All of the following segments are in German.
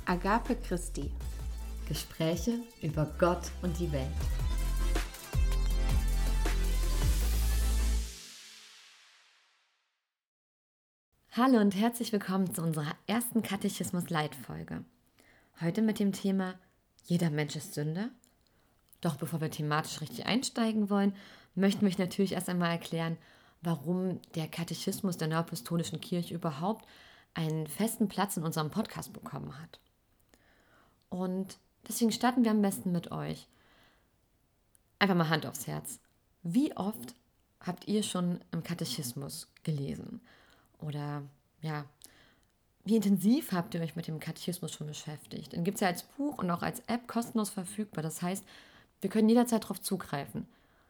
Agape Christi. Gespräche über Gott und die Welt. Hallo und herzlich willkommen zu unserer ersten Katechismus-Light-Folge. Heute mit dem Thema Jeder Mensch ist Sünder. Doch bevor wir thematisch richtig einsteigen wollen, möchten wir euch natürlich erst einmal erklären, warum der Katechismus der Neuapostolischen Kirche überhaupt einen festen Platz in unserem Podcast bekommen hat. Und deswegen starten wir am besten mit euch. Einfach mal Hand aufs Herz. Wie oft habt ihr schon im Katechismus gelesen? Oder ja, wie intensiv habt ihr euch mit dem Katechismus schon beschäftigt? Den gibt es ja als Buch und auch als App kostenlos verfügbar. Das heißt, wir können jederzeit darauf zugreifen.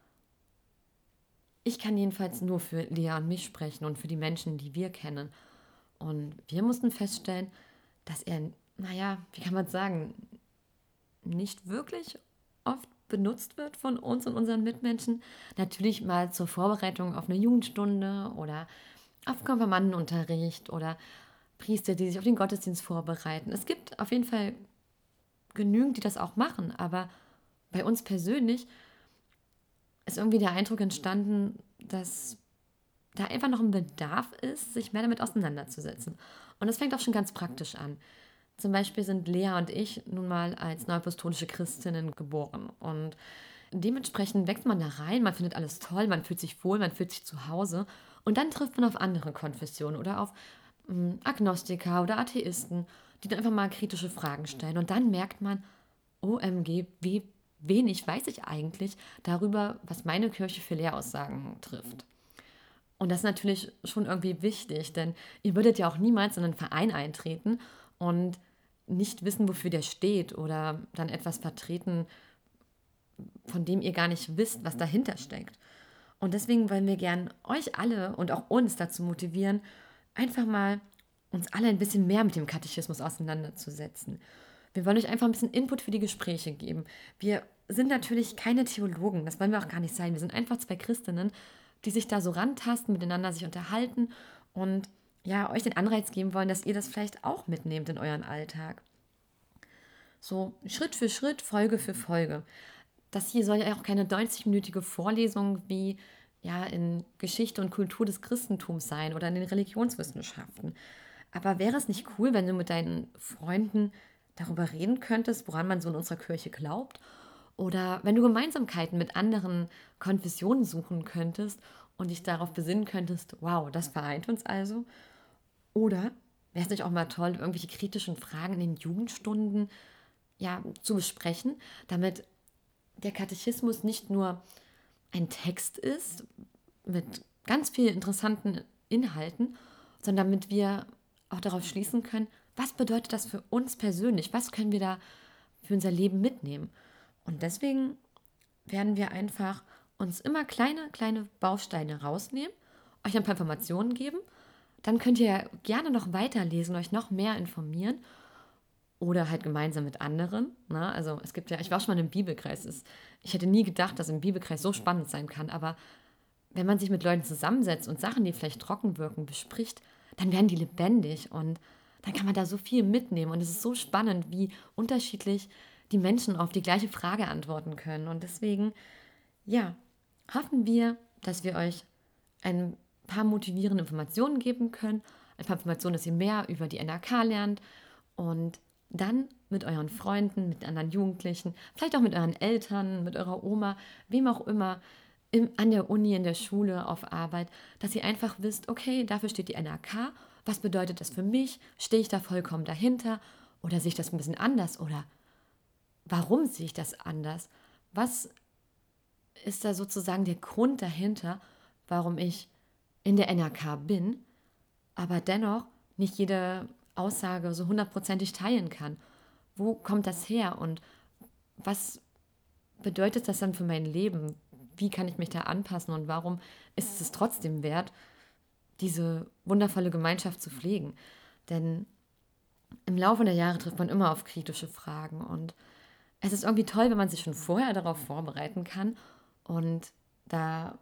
Ich kann jedenfalls nur für Lea und mich sprechen und für die Menschen, die wir kennen. Und wir mussten feststellen, dass er, wie kann man sagen, nicht wirklich oft benutzt wird von uns und unseren Mitmenschen. Natürlich mal zur Vorbereitung auf eine Jugendstunde oder auf Konfirmandenunterricht oder Priester, die sich auf den Gottesdienst vorbereiten. Es gibt auf jeden Fall genügend, die das auch machen, aber bei uns persönlich ist irgendwie der Eindruck entstanden, dass da einfach noch ein Bedarf ist, sich mehr damit auseinanderzusetzen. Und das fängt auch schon ganz praktisch an. Zum Beispiel sind Lea und ich nun mal als neuapostolische Christinnen geboren. Und dementsprechend wächst man da rein, man findet alles toll, man fühlt sich wohl, man fühlt sich zu Hause. Und dann trifft man auf andere Konfessionen oder auf Agnostiker oder Atheisten, die dann einfach mal kritische Fragen stellen. Und dann merkt man, OMG, wie wenig weiß ich eigentlich darüber, was meine Kirche für Lehraussagen trifft. Und das ist natürlich schon irgendwie wichtig, denn ihr würdet ja auch niemals in einen Verein eintreten und nicht wissen, wofür der steht oder dann etwas vertreten, von dem ihr gar nicht wisst, was dahinter steckt. Und deswegen wollen wir gern euch alle und auch uns dazu motivieren, einfach mal uns alle ein bisschen mehr mit dem Katechismus auseinanderzusetzen. Wir wollen euch einfach ein bisschen Input für die Gespräche geben. Wir sind natürlich keine Theologen, das wollen wir auch gar nicht sein. Wir sind einfach zwei Christinnen, die sich da so rantasten, miteinander sich unterhalten und ja, euch den Anreiz geben wollen, dass ihr das vielleicht auch mitnehmt in euren Alltag. So Schritt für Schritt, Folge für Folge. Das hier soll ja auch keine 90-minütige Vorlesung wie in Geschichte und Kultur des Christentums sein oder in den Religionswissenschaften. Aber wäre es nicht cool, wenn du mit deinen Freunden darüber reden könntest, woran man so in unserer Kirche glaubt? Oder wenn du Gemeinsamkeiten mit anderen Konfessionen suchen könntest und dich darauf besinnen könntest, wow, das vereint uns also? Oder wäre es nicht auch mal toll, irgendwelche kritischen Fragen in den Jugendstunden zu besprechen, damit der Katechismus nicht nur ein Text ist mit ganz vielen interessanten Inhalten, sondern damit wir auch darauf schließen können, was bedeutet das für uns persönlich? Was können wir da für unser Leben mitnehmen? Und deswegen werden wir einfach uns immer kleine Bausteine rausnehmen, euch ein paar Informationen geben. Dann könnt ihr gerne noch weiterlesen, euch noch mehr informieren oder halt gemeinsam mit anderen. Ne? Also es gibt ich war schon mal im Bibelkreis. Ich hätte nie gedacht, dass ein Bibelkreis so spannend sein kann, aber wenn man sich mit Leuten zusammensetzt und Sachen, die vielleicht trocken wirken, bespricht, dann werden die lebendig und dann kann man da so viel mitnehmen und es ist so spannend, wie unterschiedlich die Menschen auf die gleiche Frage antworten können. Und deswegen, hoffen wir, dass wir euch ein paar motivierende Informationen geben können, ein paar Informationen, dass ihr mehr über die NRK lernt und dann mit euren Freunden, mit anderen Jugendlichen, vielleicht auch mit euren Eltern, mit eurer Oma, wem auch immer, an der Uni, in der Schule, auf Arbeit, dass ihr einfach wisst, okay, dafür steht die NRK, was bedeutet das für mich? Stehe ich da vollkommen dahinter? Oder sehe ich das ein bisschen anders? Oder warum sehe ich das anders? Was ist da sozusagen der Grund dahinter, warum ich in der NRK bin, aber dennoch nicht jede Aussage so 100%ig teilen kann? Wo kommt das her und was bedeutet das dann für mein Leben? Wie kann ich mich da anpassen und warum ist es trotzdem wert, diese wundervolle Gemeinschaft zu pflegen? Denn im Laufe der Jahre trifft man immer auf kritische Fragen und es ist irgendwie toll, wenn man sich schon vorher darauf vorbereiten kann und da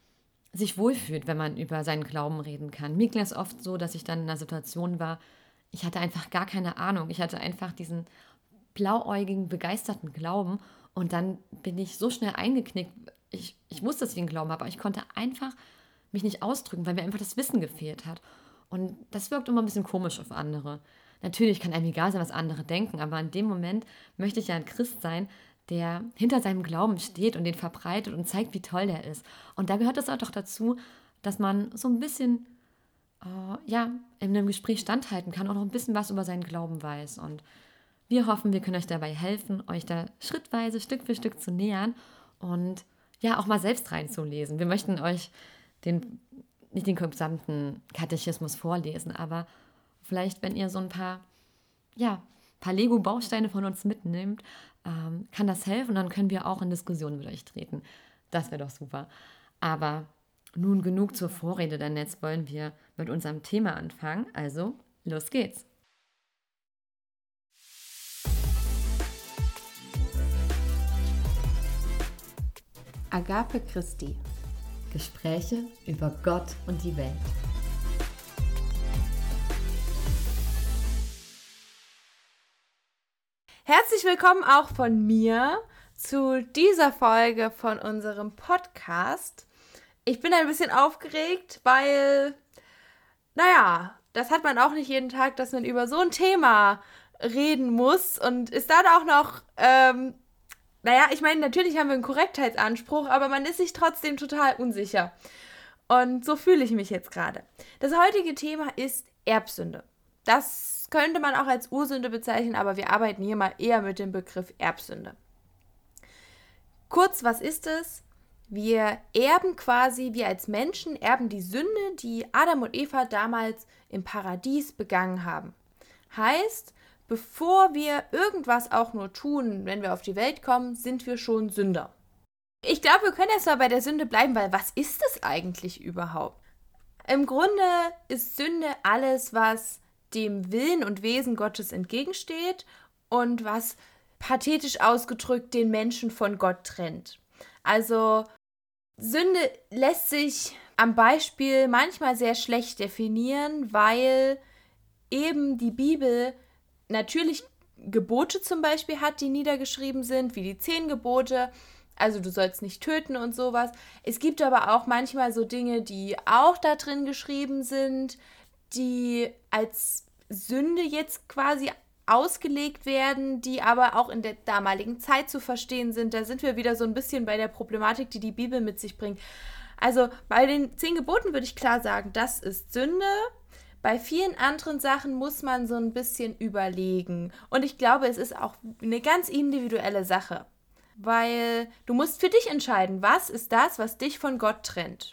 sich wohlfühlt, wenn man über seinen Glauben reden kann. Mir ging es oft so, dass ich dann in einer Situation war, ich hatte einfach gar keine Ahnung. Ich hatte einfach diesen blauäugigen, begeisterten Glauben und dann bin ich so schnell eingeknickt. Ich wusste, dass ich den Glauben habe, aber ich konnte einfach mich nicht ausdrücken, weil mir einfach das Wissen gefehlt hat. Und das wirkt immer ein bisschen komisch auf andere. Natürlich kann einem egal sein, was andere denken, aber in dem Moment möchte ich ja ein Christ sein, der hinter seinem Glauben steht und den verbreitet und zeigt, wie toll der ist. Und da gehört es auch doch dazu, dass man so ein bisschen in einem Gespräch standhalten kann und noch ein bisschen was über seinen Glauben weiß. Und wir hoffen, wir können euch dabei helfen, euch da schrittweise, Stück für Stück zu nähern und ja, auch mal selbst reinzulesen. Wir möchten euch nicht den gesamten Katechismus vorlesen, aber vielleicht, wenn ihr so ein paar Lego-Bausteine von uns mitnehmt, kann das helfen und dann können wir auch in Diskussionen mit euch treten. Das wäre doch super. Aber nun genug zur Vorrede, denn jetzt wollen wir mit unserem Thema anfangen. Also, los geht's. Agape Christi. Gespräche über Gott und die Welt. Herzlich willkommen auch von mir zu dieser Folge von unserem Podcast. Ich bin ein bisschen aufgeregt, weil, das hat man auch nicht jeden Tag, dass man über so ein Thema reden muss und ist dann auch noch, ich meine, natürlich haben wir einen Korrektheitsanspruch, aber man ist sich trotzdem total unsicher. Und so fühle ich mich jetzt gerade. Das heutige Thema ist Erbsünde. Das könnte man auch als Ursünde bezeichnen, aber wir arbeiten hier mal eher mit dem Begriff Erbsünde. Kurz, was ist es? Wir als Menschen erben die Sünde, die Adam und Eva damals im Paradies begangen haben. Heißt, bevor wir irgendwas auch nur tun, wenn wir auf die Welt kommen, sind wir schon Sünder. Ich glaube, wir können erst mal bei der Sünde bleiben, weil was ist es eigentlich überhaupt? Im Grunde ist Sünde alles, was dem Willen und Wesen Gottes entgegensteht und was pathetisch ausgedrückt den Menschen von Gott trennt. Also Sünde lässt sich am Beispiel manchmal sehr schlecht definieren, weil eben die Bibel natürlich Gebote zum Beispiel hat, die niedergeschrieben sind, wie die 10 Gebote, also du sollst nicht töten und sowas. Es gibt aber auch manchmal so Dinge, die auch da drin geschrieben sind, die als Sünde jetzt quasi ausgelegt werden, die aber auch in der damaligen Zeit zu verstehen sind. Da sind wir wieder so ein bisschen bei der Problematik, die die Bibel mit sich bringt. Also bei den 10 Geboten würde ich klar sagen, das ist Sünde. Bei vielen anderen Sachen muss man so ein bisschen überlegen. Und ich glaube, es ist auch eine ganz individuelle Sache. Weil du musst für dich entscheiden, was ist das, was dich von Gott trennt.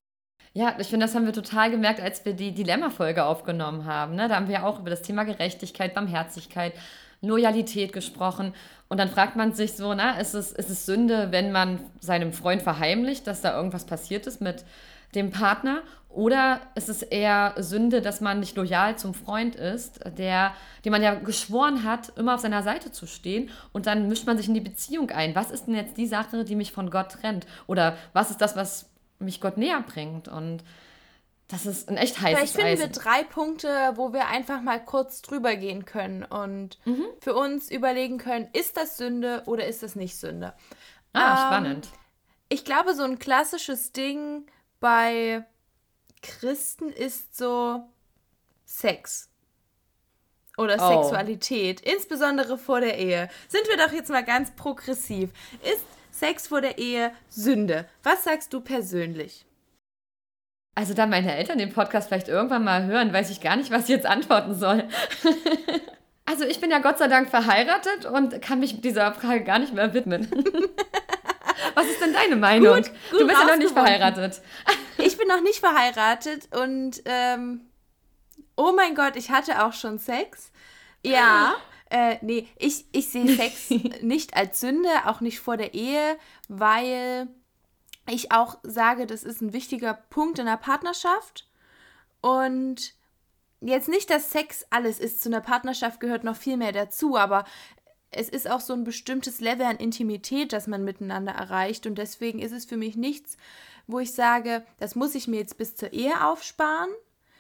Ja, ich finde, das haben wir total gemerkt, als wir die Dilemma-Folge aufgenommen haben. Ne? Da haben wir ja auch über das Thema Gerechtigkeit, Barmherzigkeit, Loyalität gesprochen. Und dann fragt man sich so, ist es Sünde, wenn man seinem Freund verheimlicht, dass da irgendwas passiert ist mit dem Partner? Oder ist es eher Sünde, dass man nicht loyal zum Freund ist, dem man ja geschworen hat, immer auf seiner Seite zu stehen und dann mischt man sich in die Beziehung ein. Was ist denn jetzt die Sache, die mich von Gott trennt? Oder was ist das, was mich Gott näher bringt? Und das ist ein echt heißes Eisen. Vielleicht finden wir 3 Punkte, wo wir einfach mal kurz drüber gehen können und für uns überlegen können, ist das Sünde oder ist das nicht Sünde? Spannend. Ich glaube, so ein klassisches Ding bei Christen ist so Sex oder Sexualität, insbesondere vor der Ehe. Sind wir doch jetzt mal ganz progressiv. Ist Sex vor der Ehe Sünde? Was sagst du persönlich? Also da meine Eltern den Podcast vielleicht irgendwann mal hören, weiß ich gar nicht, was ich jetzt antworten soll. Also ich bin ja Gott sei Dank verheiratet und kann mich dieser Frage gar nicht mehr widmen. Was ist denn deine Meinung? Gut du bist ja noch nicht verheiratet. Ich bin noch nicht verheiratet und oh mein Gott, ich hatte auch schon Sex. Ja, ich sehe Sex nicht als Sünde, auch nicht vor der Ehe, weil ich auch sage, das ist ein wichtiger Punkt in der Partnerschaft. Und jetzt nicht, dass Sex alles ist, zu einer Partnerschaft gehört noch viel mehr dazu, aber es ist auch so ein bestimmtes Level an Intimität, das man miteinander erreicht. Und deswegen ist es für mich nichts, wo ich sage, das muss ich mir jetzt bis zur Ehe aufsparen.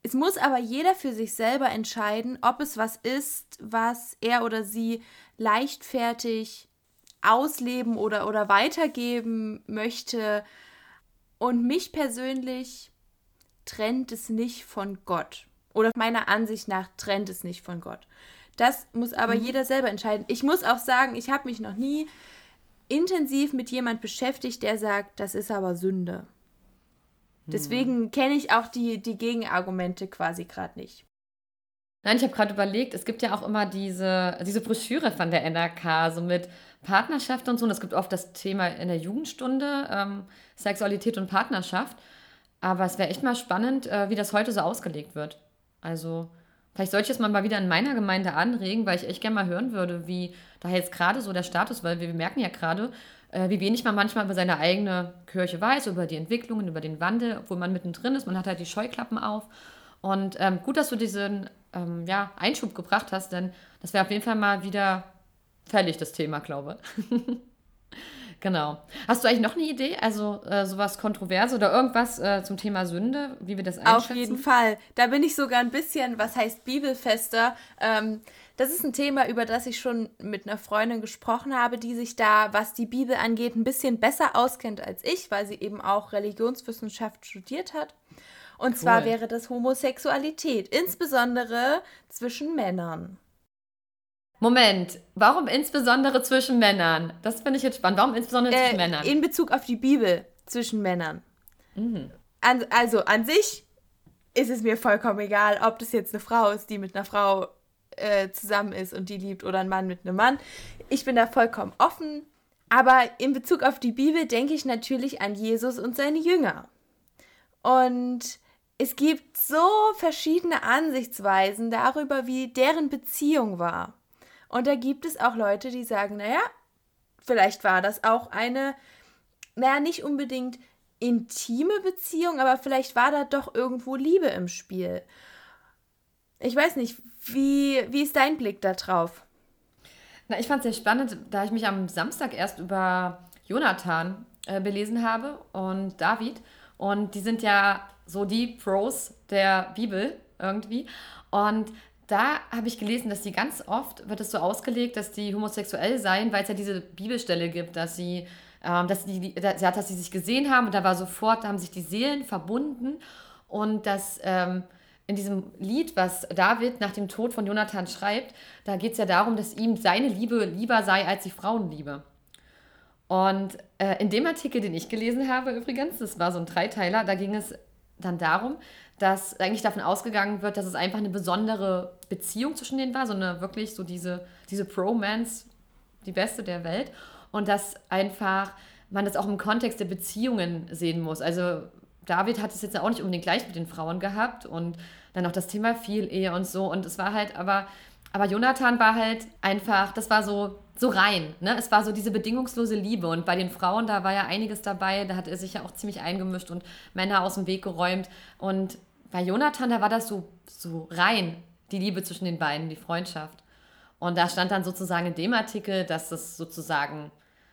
Es muss aber jeder für sich selber entscheiden, ob es was ist, was er oder sie leichtfertig ausleben oder weitergeben möchte. Und mich persönlich trennt es nicht von Gott. Oder meiner Ansicht nach trennt es nicht von Gott. Das muss aber jeder selber entscheiden. Ich muss auch sagen, ich habe mich noch nie intensiv mit jemand beschäftigt, der sagt, das ist aber Sünde. Deswegen kenne ich auch die Gegenargumente quasi gerade nicht. Nein, ich habe gerade überlegt, es gibt ja auch immer diese Broschüre von der NRK, so mit Partnerschaft und so. Und es gibt oft das Thema in der Jugendstunde, Sexualität und Partnerschaft. Aber es wäre echt mal spannend, wie das heute so ausgelegt wird. Also, vielleicht sollte ich es mal wieder in meiner Gemeinde anregen, weil ich echt gerne mal hören würde, wie da jetzt gerade so der Status, weil wir merken ja gerade, wie wenig man manchmal über seine eigene Kirche weiß, über die Entwicklungen, über den Wandel, obwohl man mittendrin ist. Man hat halt die Scheuklappen auf. Und gut, dass du diesen Einschub gebracht hast, denn das wäre auf jeden Fall mal wieder fällig, das Thema, glaube ich. Genau. Hast du eigentlich noch eine Idee? Also sowas Kontroverse oder irgendwas zum Thema Sünde, wie wir das einschätzen? Auf jeden Fall. Da bin ich sogar ein bisschen, was heißt bibelfester. Das ist ein Thema, über das ich schon mit einer Freundin gesprochen habe, die sich da, was die Bibel angeht, ein bisschen besser auskennt als ich, weil sie eben auch Religionswissenschaft studiert hat. Und zwar wäre das Homosexualität, insbesondere zwischen Männern. Moment, warum insbesondere zwischen Männern? Das finde ich jetzt spannend. Warum insbesondere zwischen Männern? In Bezug auf die Bibel zwischen Männern. Also an sich ist es mir vollkommen egal, ob das jetzt eine Frau ist, die mit einer Frau zusammen ist und die liebt, oder ein Mann mit einem Mann. Ich bin da vollkommen offen. Aber in Bezug auf die Bibel denke ich natürlich an Jesus und seine Jünger. Und es gibt so verschiedene Ansichtsweisen darüber, wie deren Beziehung war. Und da gibt es auch Leute, die sagen, naja, vielleicht war das auch eine, nicht unbedingt intime Beziehung, aber vielleicht war da doch irgendwo Liebe im Spiel. Ich weiß nicht, wie ist dein Blick da drauf? Na, ich fand es sehr spannend, da ich mich am Samstag erst über Jonathan belesen habe und David. Und die sind ja so die Pros der Bibel irgendwie. Und da habe ich gelesen, dass die ganz oft, wird es so ausgelegt, dass die homosexuell seien, weil es ja diese Bibelstelle gibt, dass sie sich gesehen haben und da haben sich die Seelen verbunden und dass in diesem Lied, was David nach dem Tod von Jonathan schreibt, da geht es ja darum, dass ihm seine Liebe lieber sei als die Frauenliebe. Und in dem Artikel, den ich gelesen habe übrigens, das war so ein Dreiteiler, da ging es dann darum, dass eigentlich davon ausgegangen wird, dass es einfach eine besondere Beziehung zwischen denen war, so eine wirklich so diese Bromance, die beste der Welt. Und dass einfach man das auch im Kontext der Beziehungen sehen muss. Also David hat es jetzt auch nicht unbedingt gleich mit den Frauen gehabt und dann auch das Thema Vielehe und so. Und es war halt, aber Jonathan war halt einfach, das war so rein, ne? Es war so diese bedingungslose Liebe. Und bei den Frauen, da war ja einiges dabei, da hat er sich ja auch ziemlich eingemischt und Männer aus dem Weg geräumt. Und bei Jonathan, da war das so rein, die Liebe zwischen den beiden, die Freundschaft. Und da stand dann sozusagen in dem Artikel, dass es sozusagen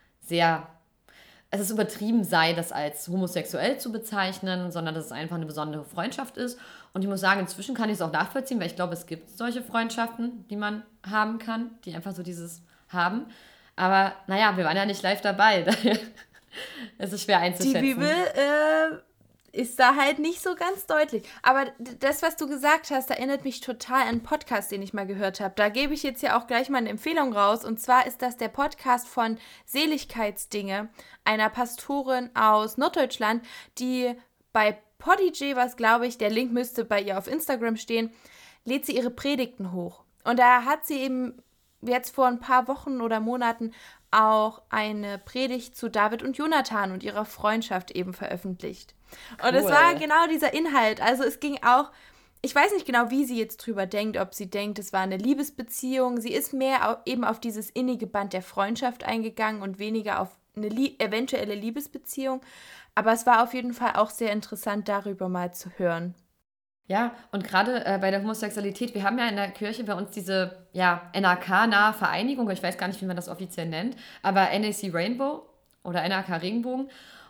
es übertrieben sei, das als homosexuell zu bezeichnen, sondern dass es einfach eine besondere Freundschaft ist. Und ich muss sagen, inzwischen kann ich es auch nachvollziehen, weil ich glaube, es gibt solche Freundschaften, die man haben kann, die einfach so dieses haben. Aber naja, wir waren ja nicht live dabei, daher ist es schwer einzuschätzen. Die Bibel ist da halt nicht so ganz deutlich. Aber das, was du gesagt hast, erinnert mich total an einen Podcast, den ich mal gehört habe. Da gebe ich jetzt ja auch gleich mal eine Empfehlung raus. Und zwar ist das der Podcast von Seligkeitsdinge, einer Pastorin aus Norddeutschland, die bei Podigy, was glaube ich, der Link müsste bei ihr auf Instagram stehen, lädt sie ihre Predigten hoch. Und da hat sie eben jetzt vor ein paar Wochen oder Monaten auch eine Predigt zu David und Jonathan und ihrer Freundschaft eben veröffentlicht. Cool. Und es war genau dieser Inhalt. Also es ging auch, ich weiß nicht genau, wie sie jetzt drüber denkt, ob sie denkt, es war eine Liebesbeziehung. Sie ist mehr eben auf dieses innige Band der Freundschaft eingegangen und weniger auf eine eventuelle Liebesbeziehung. Aber es war auf jeden Fall auch sehr interessant, darüber mal zu hören. Ja, und gerade bei der Homosexualität, wir haben ja in der Kirche bei uns diese NRK-nahe Vereinigung, ich weiß gar nicht, wie man das offiziell nennt, aber NAC Rainbow oder NRK Regenbogen.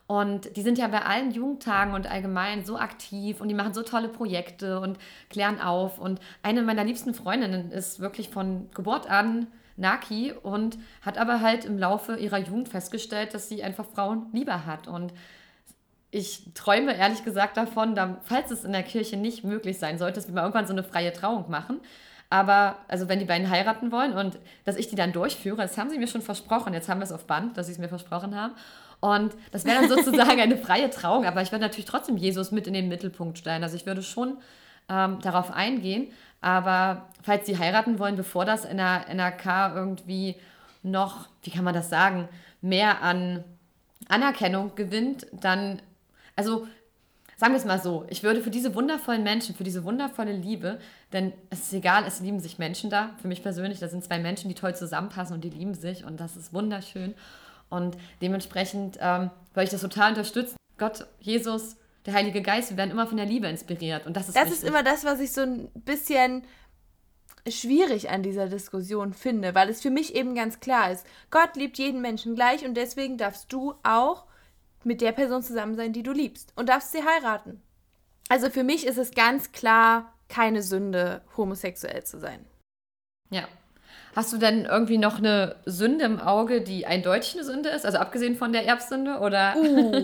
Und die sind ja bei allen Jugendtagen und allgemein so aktiv und die machen so tolle Projekte und klären auf. Und eine meiner liebsten Freundinnen ist wirklich von Geburt an Naki und hat aber halt im Laufe ihrer Jugend festgestellt, dass sie einfach Frauen lieber hat. Und ich träume ehrlich gesagt davon, falls es in der Kirche nicht möglich sein sollte, dass wir mal irgendwann so eine freie Trauung machen. Aber, also wenn die beiden heiraten wollen und dass ich die dann durchführe, das haben sie mir schon versprochen. Jetzt haben wir es auf Band, dass sie es mir versprochen haben. Und das wäre dann sozusagen eine freie Trauung. Aber ich werde natürlich trotzdem Jesus mit in den Mittelpunkt stellen. Also ich würde schon darauf eingehen. Aber falls sie heiraten wollen, bevor das in der NRK irgendwie noch, wie kann man das sagen, mehr an Anerkennung gewinnt, dann, also sagen wir es mal so, ich würde für diese wundervollen Menschen, für diese wundervolle Liebe, denn es ist egal, es lieben sich Menschen da, für mich persönlich, das sind zwei Menschen, die toll zusammenpassen und die lieben sich und das ist wunderschön und dementsprechend würde ich das total unterstützen. Gott, Jesus, der Heilige Geist, wir werden immer von der Liebe inspiriert und das ist wichtig. Ist immer das, was ich so ein bisschen schwierig an dieser Diskussion finde, weil es für mich eben ganz klar ist, Gott liebt jeden Menschen gleich und deswegen darfst du auch mit der Person zusammen sein, die du liebst und darfst sie heiraten. Also für mich ist es ganz klar keine Sünde, homosexuell zu sein. Ja. Hast du denn irgendwie noch eine Sünde im Auge, die eindeutig eine Sünde ist? Also abgesehen von der Erbsünde, oder?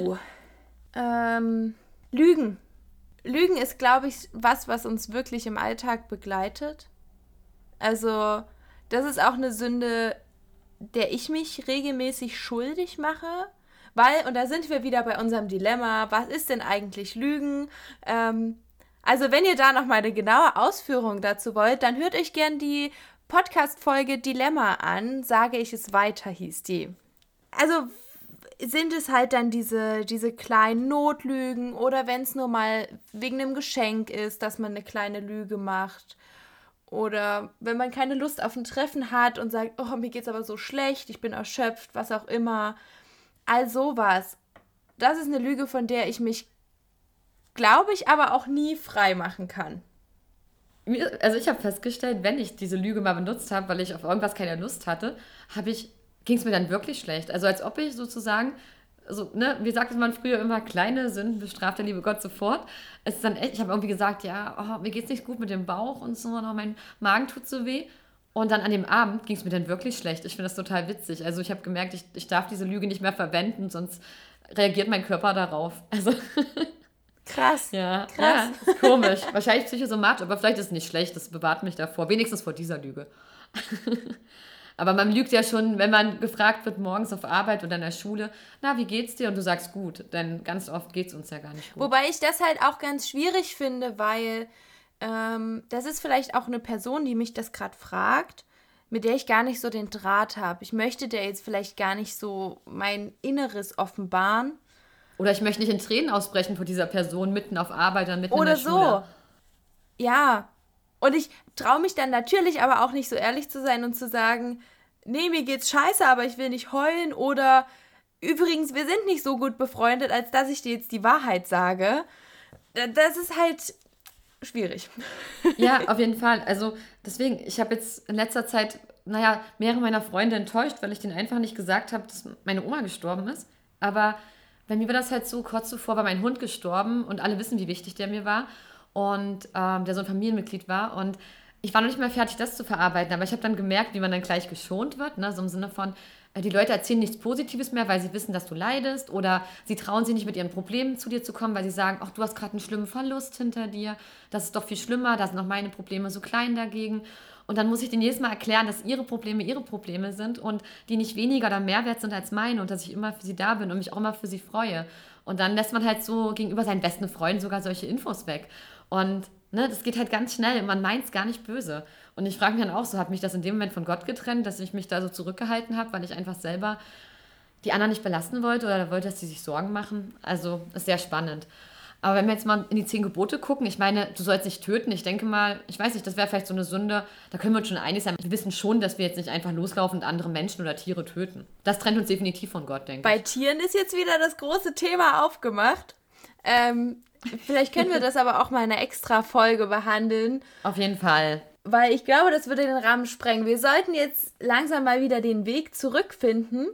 Lügen. Lügen ist, glaube ich, was uns wirklich im Alltag begleitet. Also das ist auch eine Sünde, der ich mich regelmäßig schuldig mache. Weil, und da sind wir wieder bei unserem Dilemma, was ist denn eigentlich Lügen? Also wenn ihr da noch mal eine genaue Ausführung dazu wollt, dann hört euch gern die Podcast-Folge Dilemma an, sage ich es weiter, hieß die. Also sind es halt dann diese kleinen Notlügen oder wenn es nur mal wegen einem Geschenk ist, dass man eine kleine Lüge macht. Oder wenn man keine Lust auf ein Treffen hat und sagt, oh, mir geht's aber so schlecht, ich bin erschöpft, was auch immer. All sowas. Das ist eine Lüge, von der ich mich, glaube ich, aber auch nie frei machen kann. Also ich habe festgestellt, wenn ich diese Lüge mal benutzt habe, weil ich auf irgendwas keine Lust hatte, ging es mir dann wirklich schlecht. Also als ob ich sozusagen, also, ne, wie sagte man früher immer, kleine Sünden bestraft der liebe Gott sofort. Es ist dann echt, ich habe irgendwie gesagt, ja, mir geht's nicht gut mit dem Bauch und so, und mein Magen tut so weh. Und dann an dem Abend ging es mir dann wirklich schlecht. Ich finde das total witzig. Also ich habe gemerkt, ich darf diese Lüge nicht mehr verwenden, sonst reagiert mein Körper darauf. Also krass. Ja, ist komisch. Wahrscheinlich psychosomatisch, aber vielleicht ist es nicht schlecht. Das bewahrt mich davor. Wenigstens vor dieser Lüge. Aber man lügt ja schon, wenn man gefragt wird morgens auf Arbeit oder in der Schule, na, wie geht's dir? Und du sagst gut, denn ganz oft geht's uns ja gar nicht gut. Wobei ich das halt auch ganz schwierig finde, weil das ist vielleicht auch eine Person, die mich das gerade fragt, mit der ich gar nicht so den Draht habe. Ich möchte der jetzt vielleicht gar nicht so mein Inneres offenbaren. Oder ich möchte nicht in Tränen ausbrechen vor dieser Person mitten auf Arbeit oder mitten in der Schule. Oder so. Ja. Und ich traue mich dann natürlich aber auch nicht so ehrlich zu sein und zu sagen, nee, mir geht's scheiße, aber ich will nicht heulen. Oder übrigens, wir sind nicht so gut befreundet, als dass ich dir jetzt die Wahrheit sage. Das ist halt schwierig. Ja, auf jeden Fall. Also deswegen, ich habe jetzt in letzter Zeit, mehrere meiner Freunde enttäuscht, weil ich denen einfach nicht gesagt habe, dass meine Oma gestorben ist. Aber bei mir war das halt so, kurz zuvor war mein Hund gestorben und alle wissen, wie wichtig der mir war und der so ein Familienmitglied war und ich war noch nicht mehr fertig, das zu verarbeiten, aber ich habe dann gemerkt, wie man dann gleich geschont wird, ne? So im Sinne von, die Leute erzählen nichts Positives mehr, weil sie wissen, dass du leidest oder sie trauen sich nicht mit ihren Problemen zu dir zu kommen, weil sie sagen, ach, du hast gerade einen schlimmen Verlust hinter dir, das ist doch viel schlimmer, da sind noch meine Probleme so klein dagegen. Und dann muss ich denen jedes Mal erklären, dass ihre Probleme sind und die nicht weniger oder mehr wert sind als meine und dass ich immer für sie da bin und mich auch immer für sie freue. Und dann lässt man halt so gegenüber seinen besten Freunden sogar solche Infos weg. Und das geht halt ganz schnell und man meint es gar nicht böse. Und ich frage mich dann auch so, hat mich das in dem Moment von Gott getrennt, dass ich mich da so zurückgehalten habe, weil ich einfach selber die anderen nicht belasten wollte oder wollte, dass sie sich Sorgen machen? Also, das ist sehr spannend. Aber wenn wir jetzt mal in die 10 Gebote gucken, ich meine, du sollst nicht töten. Ich denke mal, ich weiß nicht, das wäre vielleicht so eine Sünde, da können wir uns schon einig sein. Wir wissen schon, dass wir jetzt nicht einfach loslaufen und andere Menschen oder Tiere töten. Das trennt uns definitiv von Gott, denke ich. Bei Tieren ist jetzt wieder das große Thema aufgemacht. Vielleicht können wir das aber auch mal in einer extra Folge behandeln. Auf jeden Fall. Weil ich glaube, das würde den Rahmen sprengen. Wir sollten jetzt langsam mal wieder den Weg zurückfinden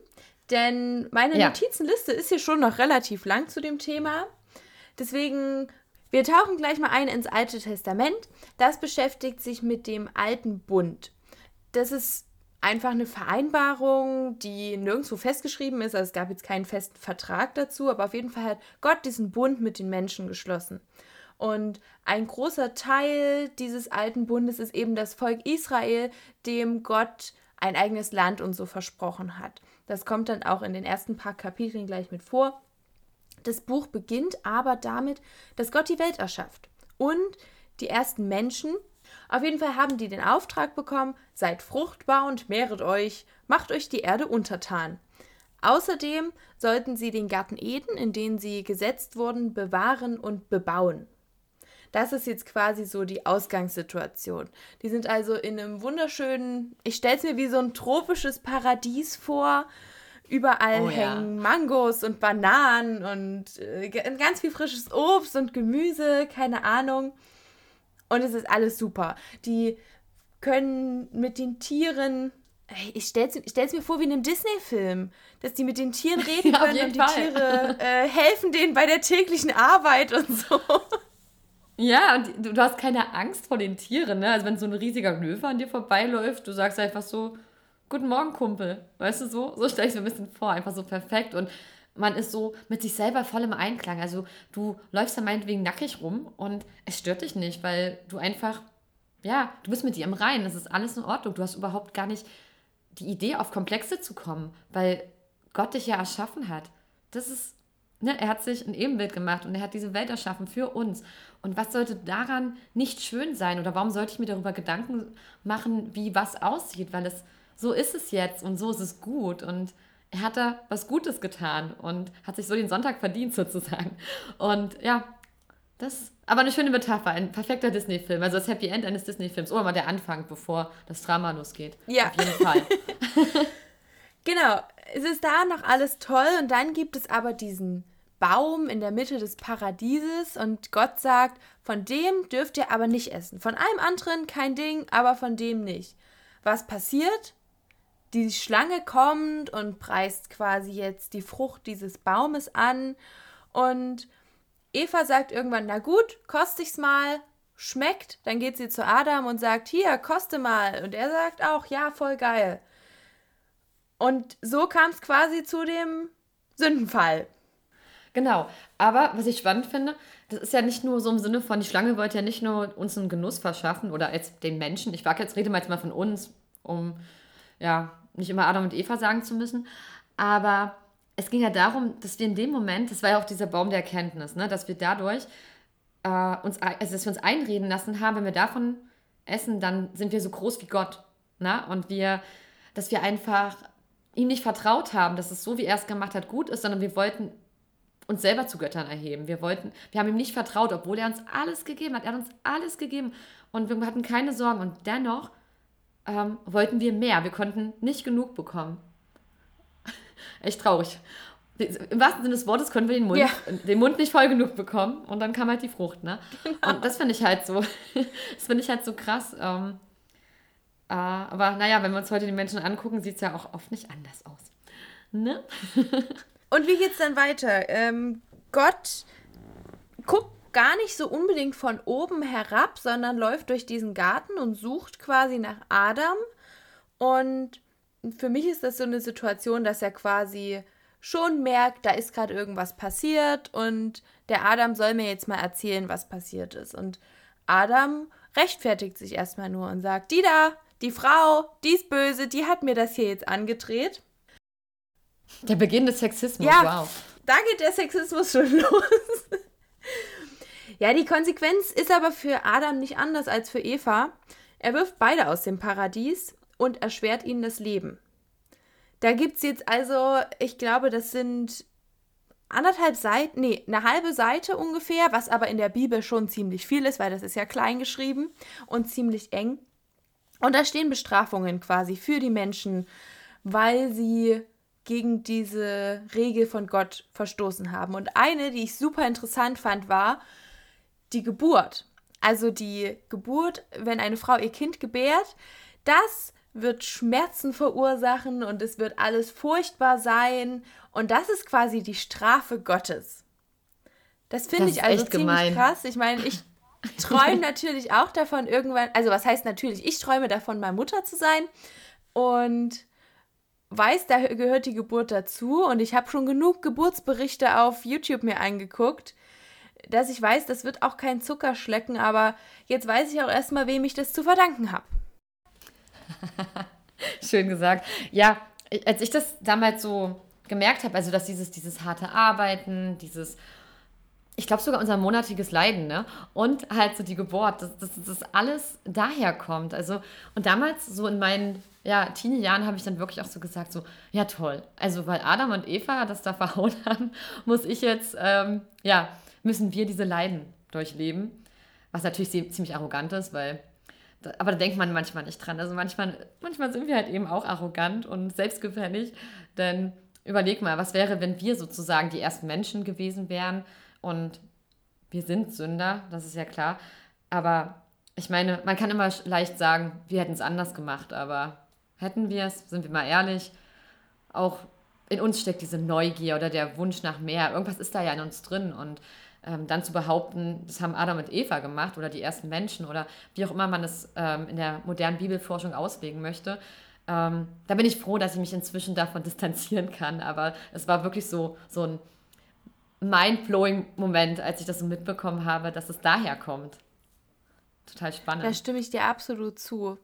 Denn meine Ja. Notizenliste ist hier schon noch relativ lang zu dem Thema. Deswegen, wir tauchen gleich mal ein ins Alte Testament. Das beschäftigt sich mit dem Alten Bund. Das ist einfach eine Vereinbarung, die nirgendwo festgeschrieben ist. Also es gab jetzt keinen festen Vertrag dazu, aber auf jeden Fall hat Gott diesen Bund mit den Menschen geschlossen. Und ein großer Teil dieses Alten Bundes ist eben das Volk Israel, dem Gott ein eigenes Land und so versprochen hat. Das kommt dann auch in den ersten paar Kapiteln gleich mit vor. Das Buch beginnt aber damit, dass Gott die Welt erschafft. Und die ersten Menschen, auf jeden Fall haben die den Auftrag bekommen, seid fruchtbar und mehret euch, macht euch die Erde untertan. Außerdem sollten sie den Garten Eden, in den sie gesetzt wurden, bewahren und bebauen. Das ist jetzt quasi so die Ausgangssituation. Die sind also in einem wunderschönen, ich stelle es mir wie so ein tropisches Paradies vor. Überall hängen Mangos und Bananen und ganz viel frisches Obst und Gemüse, keine Ahnung. Und es ist alles super. Die können mit den Tieren, ich stell's mir vor wie in einem Disney-Film, dass die mit den Tieren reden Ja, auf können jeden und die Fall. Tiere helfen denen bei der täglichen Arbeit und so. Ja, und du hast keine Angst vor den Tieren, ne? Also wenn so ein riesiger Löwe an dir vorbeiläuft, du sagst einfach so, guten Morgen, Kumpel. Weißt du so? So stelle ich mir ein bisschen vor, einfach so perfekt. Und man ist so mit sich selber voll im Einklang. Also du läufst da meinetwegen nackig rum und es stört dich nicht, weil du einfach, ja, du bist mit dir im Reinen. Das ist alles in Ordnung. Du hast überhaupt gar nicht die Idee, auf Komplexe zu kommen, weil Gott dich ja erschaffen hat. Das ist, ne, er hat sich ein Ebenbild gemacht und er hat diese Welt erschaffen für uns. Und was sollte daran nicht schön sein? Oder warum sollte ich mir darüber Gedanken machen, wie was aussieht? Weil es so ist es jetzt und so ist es gut. Und er hat da was Gutes getan und hat sich so den Sonntag verdient sozusagen. Und ja, das, aber eine schöne Metapher, ein perfekter Disney-Film. Also das Happy End eines Disney-Films. Oder mal der Anfang, bevor das Drama losgeht. Ja. Auf jeden Fall. Genau, es ist da noch alles toll und dann gibt es aber diesen Baum in der Mitte des Paradieses und Gott sagt, von dem dürft ihr aber nicht essen. Von allem anderen kein Ding, aber von dem nicht. Was passiert? Die Schlange kommt und preist quasi jetzt die Frucht dieses Baumes an und Eva sagt irgendwann, na gut, koste ich's mal, schmeckt. Dann geht sie zu Adam und sagt, hier, koste mal. Und er sagt auch, ja, voll geil. Und so kam es quasi zu dem Sündenfall. Genau, aber was ich spannend finde, das ist ja nicht nur so im Sinne von, die Schlange wollte ja nicht nur uns einen Genuss verschaffen oder jetzt den Menschen, rede mal jetzt mal von uns, um ja nicht immer Adam und Eva sagen zu müssen, aber es ging ja darum, dass wir in dem Moment, das war ja auch dieser Baum der Erkenntnis, ne, dass wir dadurch dass wir uns einreden lassen haben, wenn wir davon essen, dann sind wir so groß wie Gott, ne? Und dass wir einfach ihm nicht vertraut haben, dass es so, wie er es gemacht hat, gut ist, sondern wir wollten uns selber zu Göttern erheben. Wir haben ihm nicht vertraut, obwohl er uns alles gegeben hat. Er hat uns alles gegeben und wir hatten keine Sorgen. Und dennoch wollten wir mehr. Wir konnten nicht genug bekommen. Echt traurig. Im wahrsten Sinne des Wortes konnten wir den Mund nicht voll genug bekommen und dann kam halt die Frucht. Ne? Genau. Und das finde ich halt so, krass. Aber naja, wenn wir uns heute die Menschen angucken, sieht es ja auch oft nicht anders aus. Ne? Und wie geht's dann weiter? Gott guckt gar nicht so unbedingt von oben herab, sondern läuft durch diesen Garten und sucht quasi nach Adam. Und für mich ist das so eine Situation, dass er quasi schon merkt, da ist gerade irgendwas passiert und der Adam soll mir jetzt mal erzählen, was passiert ist. Und Adam rechtfertigt sich erstmal nur und sagt, die Frau, die ist böse, die hat mir das hier jetzt angedreht. Der Beginn des Sexismus, ja, wow. Da geht der Sexismus schon los. Ja, die Konsequenz ist aber für Adam nicht anders als für Eva. Er wirft beide aus dem Paradies und erschwert ihnen das Leben. Da gibt es jetzt also, ich glaube, das sind eine halbe Seite ungefähr, was aber in der Bibel schon ziemlich viel ist, weil das ist ja klein geschrieben und ziemlich eng. Und da stehen Bestrafungen quasi für die Menschen, weil sie gegen diese Regel von Gott verstoßen haben. Und eine, die ich super interessant fand, war die Geburt. Also die Geburt, wenn eine Frau ihr Kind gebärt, das wird Schmerzen verursachen und es wird alles furchtbar sein. Und das ist quasi die Strafe Gottes. Das finde ich also ziemlich krass. Ich meine, ich träume natürlich auch davon irgendwann, also was heißt natürlich, ich träume davon, mal Mutter zu sein und weiß, da gehört die Geburt dazu und ich habe schon genug Geburtsberichte auf YouTube mir angeguckt, dass ich weiß, das wird auch kein Zuckerschlecken, aber jetzt weiß ich auch erstmal, wem ich das zu verdanken habe. Schön gesagt. Ja, als ich das damals so gemerkt habe, also dass dieses harte Arbeiten, ich glaube sogar unser monatiges Leiden, ne? Und halt so die Geburt, das alles daher kommt. Also, und damals, so in meinen Teenie-Jahren, habe ich dann wirklich auch so gesagt, so, ja toll. Also, weil Adam und Eva das da verhauen haben, müssen wir diese Leiden durchleben. Was natürlich ziemlich arrogant ist, aber da denkt man manchmal nicht dran. Also manchmal sind wir halt eben auch arrogant und selbstgefällig. Denn überleg mal, was wäre, wenn wir sozusagen die ersten Menschen gewesen wären? Und wir sind Sünder, das ist ja klar. Aber ich meine, man kann immer leicht sagen, wir hätten es anders gemacht. Aber hätten wir es, sind wir mal ehrlich, auch in uns steckt diese Neugier oder der Wunsch nach mehr. Irgendwas ist da ja in uns drin. Und dann zu behaupten, das haben Adam und Eva gemacht oder die ersten Menschen oder wie auch immer man es in der modernen Bibelforschung auslegen möchte, da bin ich froh, dass ich mich inzwischen davon distanzieren kann. Aber es war wirklich so ein mind-blowing Moment, als ich das so mitbekommen habe, dass es daher kommt. Total spannend. Da stimme ich dir absolut zu.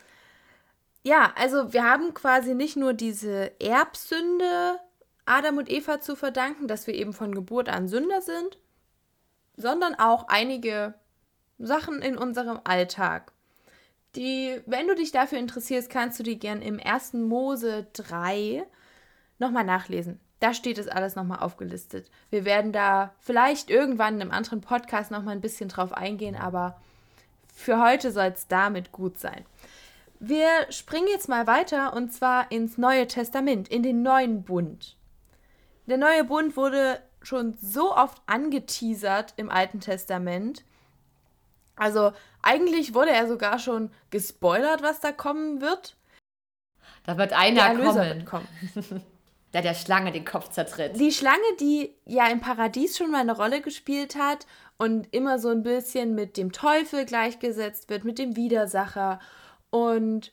Ja, also wir haben quasi nicht nur diese Erbsünde Adam und Eva zu verdanken, dass wir eben von Geburt an Sünder sind, sondern auch einige Sachen in unserem Alltag. Wenn du dich dafür interessierst, kannst du die gern im 1. Mose 3 nochmal nachlesen. Da steht es alles nochmal aufgelistet. Wir werden da vielleicht irgendwann in einem anderen Podcast nochmal ein bisschen drauf eingehen, aber für heute soll es damit gut sein. Wir springen jetzt mal weiter und zwar ins Neue Testament, in den neuen Bund. Der neue Bund wurde schon so oft angeteasert im Alten Testament. Also eigentlich wurde er sogar schon gespoilert, was da kommen wird. Da wird einer kommen. Der Schlange den Kopf zertritt. Die Schlange, die ja im Paradies schon mal eine Rolle gespielt hat und immer so ein bisschen mit dem Teufel gleichgesetzt wird, mit dem Widersacher. Und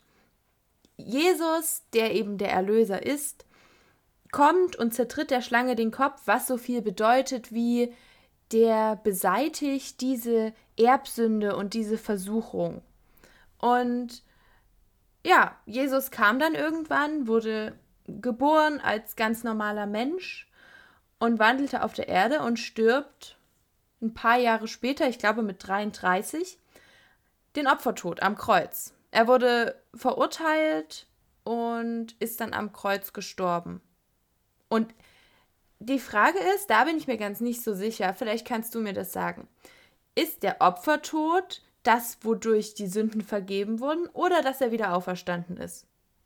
Jesus, der eben der Erlöser ist, kommt und zertritt der Schlange den Kopf, was so viel bedeutet wie, der beseitigt diese Erbsünde und diese Versuchung. Und ja, Jesus kam dann irgendwann, wurde geboren als ganz normaler Mensch und wandelte auf der Erde und stirbt ein paar Jahre später, ich glaube mit 33, den Opfertod am Kreuz. Er wurde verurteilt und ist dann am Kreuz gestorben. Und die Frage ist, da bin ich mir ganz nicht so sicher, vielleicht kannst du mir das sagen. Ist der Opfertod das, wodurch die Sünden vergeben wurden, oder dass er wieder auferstanden ist?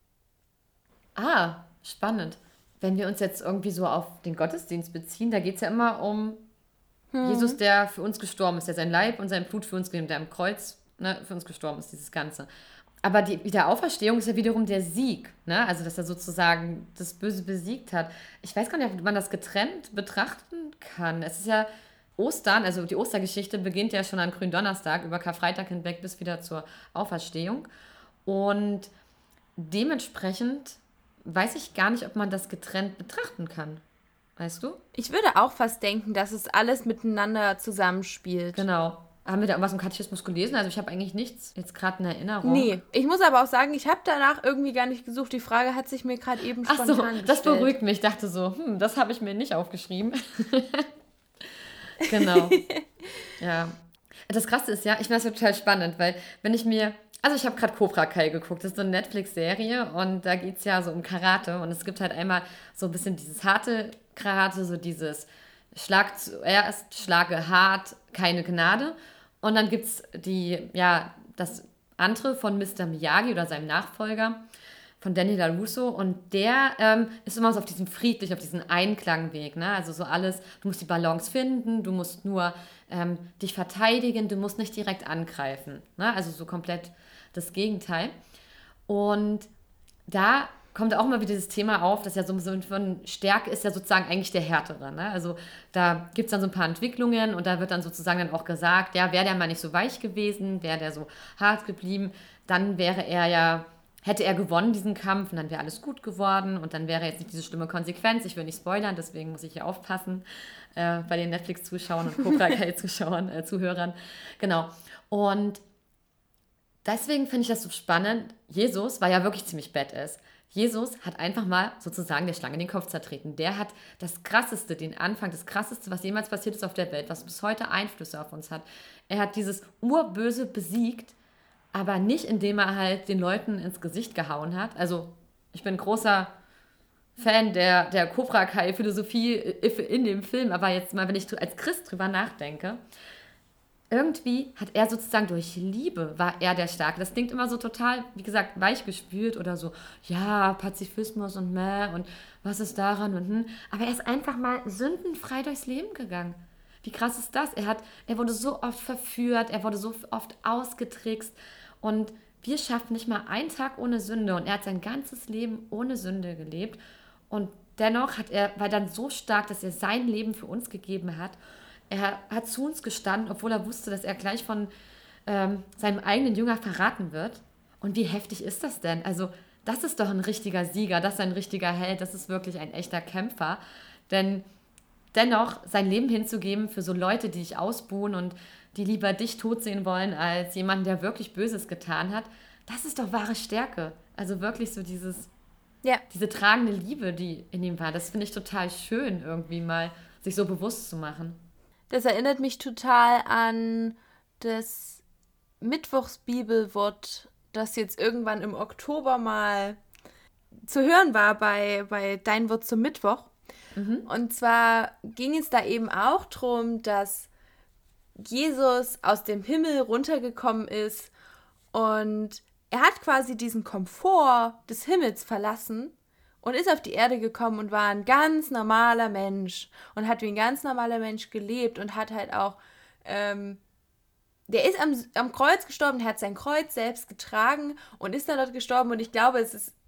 Ah, spannend. Wenn wir uns jetzt irgendwie so auf den Gottesdienst beziehen, da geht es ja immer um Jesus, der für uns gestorben ist, der sein Leib und sein Blut für uns gegeben, der am Kreuz für uns gestorben ist, dieses Ganze. Aber die Wiederauferstehung ist ja wiederum der Sieg, ne? Also dass er sozusagen das Böse besiegt hat. Ich weiß gar nicht, ob man das getrennt betrachten kann. Es ist ja Ostern, also die Ostergeschichte beginnt ja schon an Gründonnerstag über Karfreitag hinweg bis wieder zur Auferstehung. Und dementsprechend weiß ich gar nicht, ob man das getrennt betrachten kann. Weißt du? Ich würde auch fast denken, dass es alles miteinander zusammenspielt. Genau. Haben wir da irgendwas im Katechismus gelesen? Also ich habe eigentlich nichts jetzt gerade in Erinnerung. Nee, ich muss aber auch sagen, ich habe danach irgendwie gar nicht gesucht. Die Frage hat sich mir gerade eben spontan gestellt. Das beruhigt mich. Ich dachte so, das habe ich mir nicht aufgeschrieben. Genau. Ja. Das Krasse ist ja, ich finde das ja total spannend, weil wenn ich habe gerade Cobra Kai geguckt, das ist so eine Netflix-Serie und da geht es ja so um Karate und es gibt halt einmal so ein bisschen dieses harte Karate, so dieses Schlag zuerst, schlage hart, keine Gnade. Und dann gibt es das andere von Mr. Miyagi oder seinem Nachfolger, von Danny LaRusso. Und der ist immer so auf diesem auf diesem Einklangweg. Ne? Also so alles, du musst die Balance finden, du musst nur dich verteidigen, du musst nicht direkt angreifen. Ne? Also so komplett das Gegenteil. Und da kommt auch mal wieder dieses Thema auf, dass ja so von Stärke ist ja sozusagen eigentlich der Härtere. Ne? Also da gibt es dann so ein paar Entwicklungen und da wird dann sozusagen dann auch gesagt, ja, wäre der mal nicht so weich gewesen, wäre der so hart geblieben, dann hätte er gewonnen diesen Kampf und dann wäre alles gut geworden und dann wäre jetzt nicht diese schlimme Konsequenz. Ich will nicht spoilern, deswegen muss ich hier aufpassen bei den Netflix-Zuschauern und Cobra Kai-Zuschauern, Zuhörern. Genau. Und deswegen finde ich das so spannend. Jesus war ja wirklich ziemlich badass. Jesus hat einfach mal sozusagen der Schlange den Kopf zertreten. Der hat das Krasseste, den Anfang, das Krasseste, was jemals passiert ist auf der Welt, was bis heute Einflüsse auf uns hat. Er hat dieses Urböse besiegt, aber nicht, indem er halt den Leuten ins Gesicht gehauen hat. Also ich bin großer Fan der Cobra Kai-Philosophie in dem Film, aber jetzt mal, wenn ich als Christ drüber nachdenke, irgendwie hat er sozusagen durch Liebe war er der Starke. Das klingt immer so total, wie gesagt, weichgespült oder so, ja, Pazifismus und meh und was ist daran und Aber er ist einfach mal sündenfrei durchs Leben gegangen. Wie krass ist das? Er wurde so oft verführt, er wurde so oft ausgetrickst und wir schaffen nicht mal einen Tag ohne Sünde und er hat sein ganzes Leben ohne Sünde gelebt und dennoch war dann so stark, dass er sein Leben für uns gegeben hat. Er hat zu uns gestanden, obwohl er wusste, dass er gleich von seinem eigenen Jünger verraten wird. Und wie heftig ist das denn? Also das ist doch ein richtiger Sieger, das ist ein richtiger Held, das ist wirklich ein echter Kämpfer. Denn dennoch sein Leben hinzugeben für so Leute, die dich ausbuhen und die lieber dich tot sehen wollen, als jemanden, der wirklich Böses getan hat, das ist doch wahre Stärke. Also wirklich so diese tragende Liebe, die in ihm war. Das finde ich total schön, irgendwie mal sich so bewusst zu machen. Das erinnert mich total an das Mittwochsbibelwort, das jetzt irgendwann im Oktober mal zu hören war bei Dein Wort zum Mittwoch. Und zwar ging es da eben auch darum, dass Jesus aus dem Himmel runtergekommen ist und er hat quasi diesen Komfort des Himmels verlassen und ist auf die Erde gekommen und war ein ganz normaler Mensch und hat wie ein ganz normaler Mensch gelebt und hat halt auch, der ist am Kreuz gestorben, der hat sein Kreuz selbst getragen und ist dann dort gestorben und ich glaube,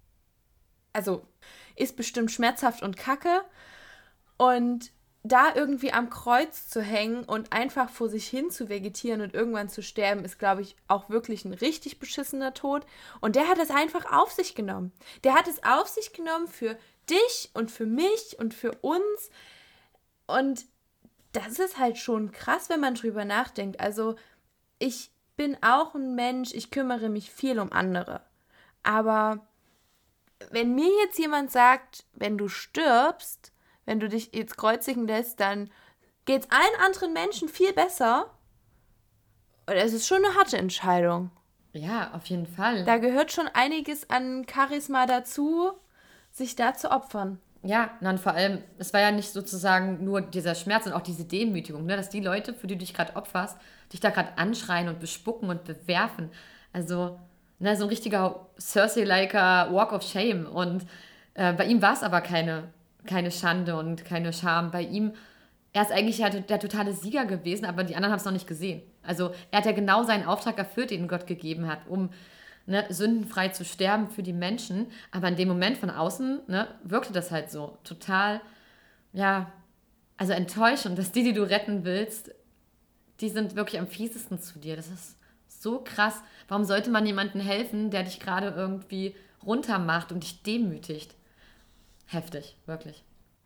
ist bestimmt schmerzhaft und kacke und da irgendwie am Kreuz zu hängen und einfach vor sich hin zu vegetieren und irgendwann zu sterben, ist, glaube ich, auch wirklich ein richtig beschissener Tod. Und der hat es einfach auf sich genommen. Der hat es auf sich genommen für dich und für mich und für uns. Und das ist halt schon krass, wenn man drüber nachdenkt. Also ich bin auch ein Mensch, ich kümmere mich viel um andere. Aber wenn mir jetzt jemand sagt, wenn du stirbst, wenn du dich jetzt kreuzigen lässt, dann geht es allen anderen Menschen viel besser. Und es ist schon eine harte Entscheidung. Ja, auf jeden Fall. Da gehört schon einiges an Charisma dazu, sich da zu opfern. Ja, und vor allem, es war ja nicht sozusagen nur dieser Schmerz und auch diese Demütigung, ne, dass die Leute, für die du dich gerade opferst, dich da gerade anschreien und bespucken und bewerfen. Also, ne, so ein richtiger Cersei-liker Walk of Shame. Und bei ihm war es aber keine Schande und keine Scham. Bei ihm, er ist eigentlich ja der totale Sieger gewesen, aber die anderen haben es noch nicht gesehen. Also er hat ja genau seinen Auftrag erfüllt, den Gott gegeben hat, um sündenfrei zu sterben für die Menschen. Aber in dem Moment von außen wirkte das halt so total, ja, also enttäuschend, dass die du retten willst, die sind wirklich am fiesesten zu dir. Das ist so krass. Warum sollte man jemandem helfen, der dich gerade irgendwie runtermacht und dich demütigt? Heftig, wirklich.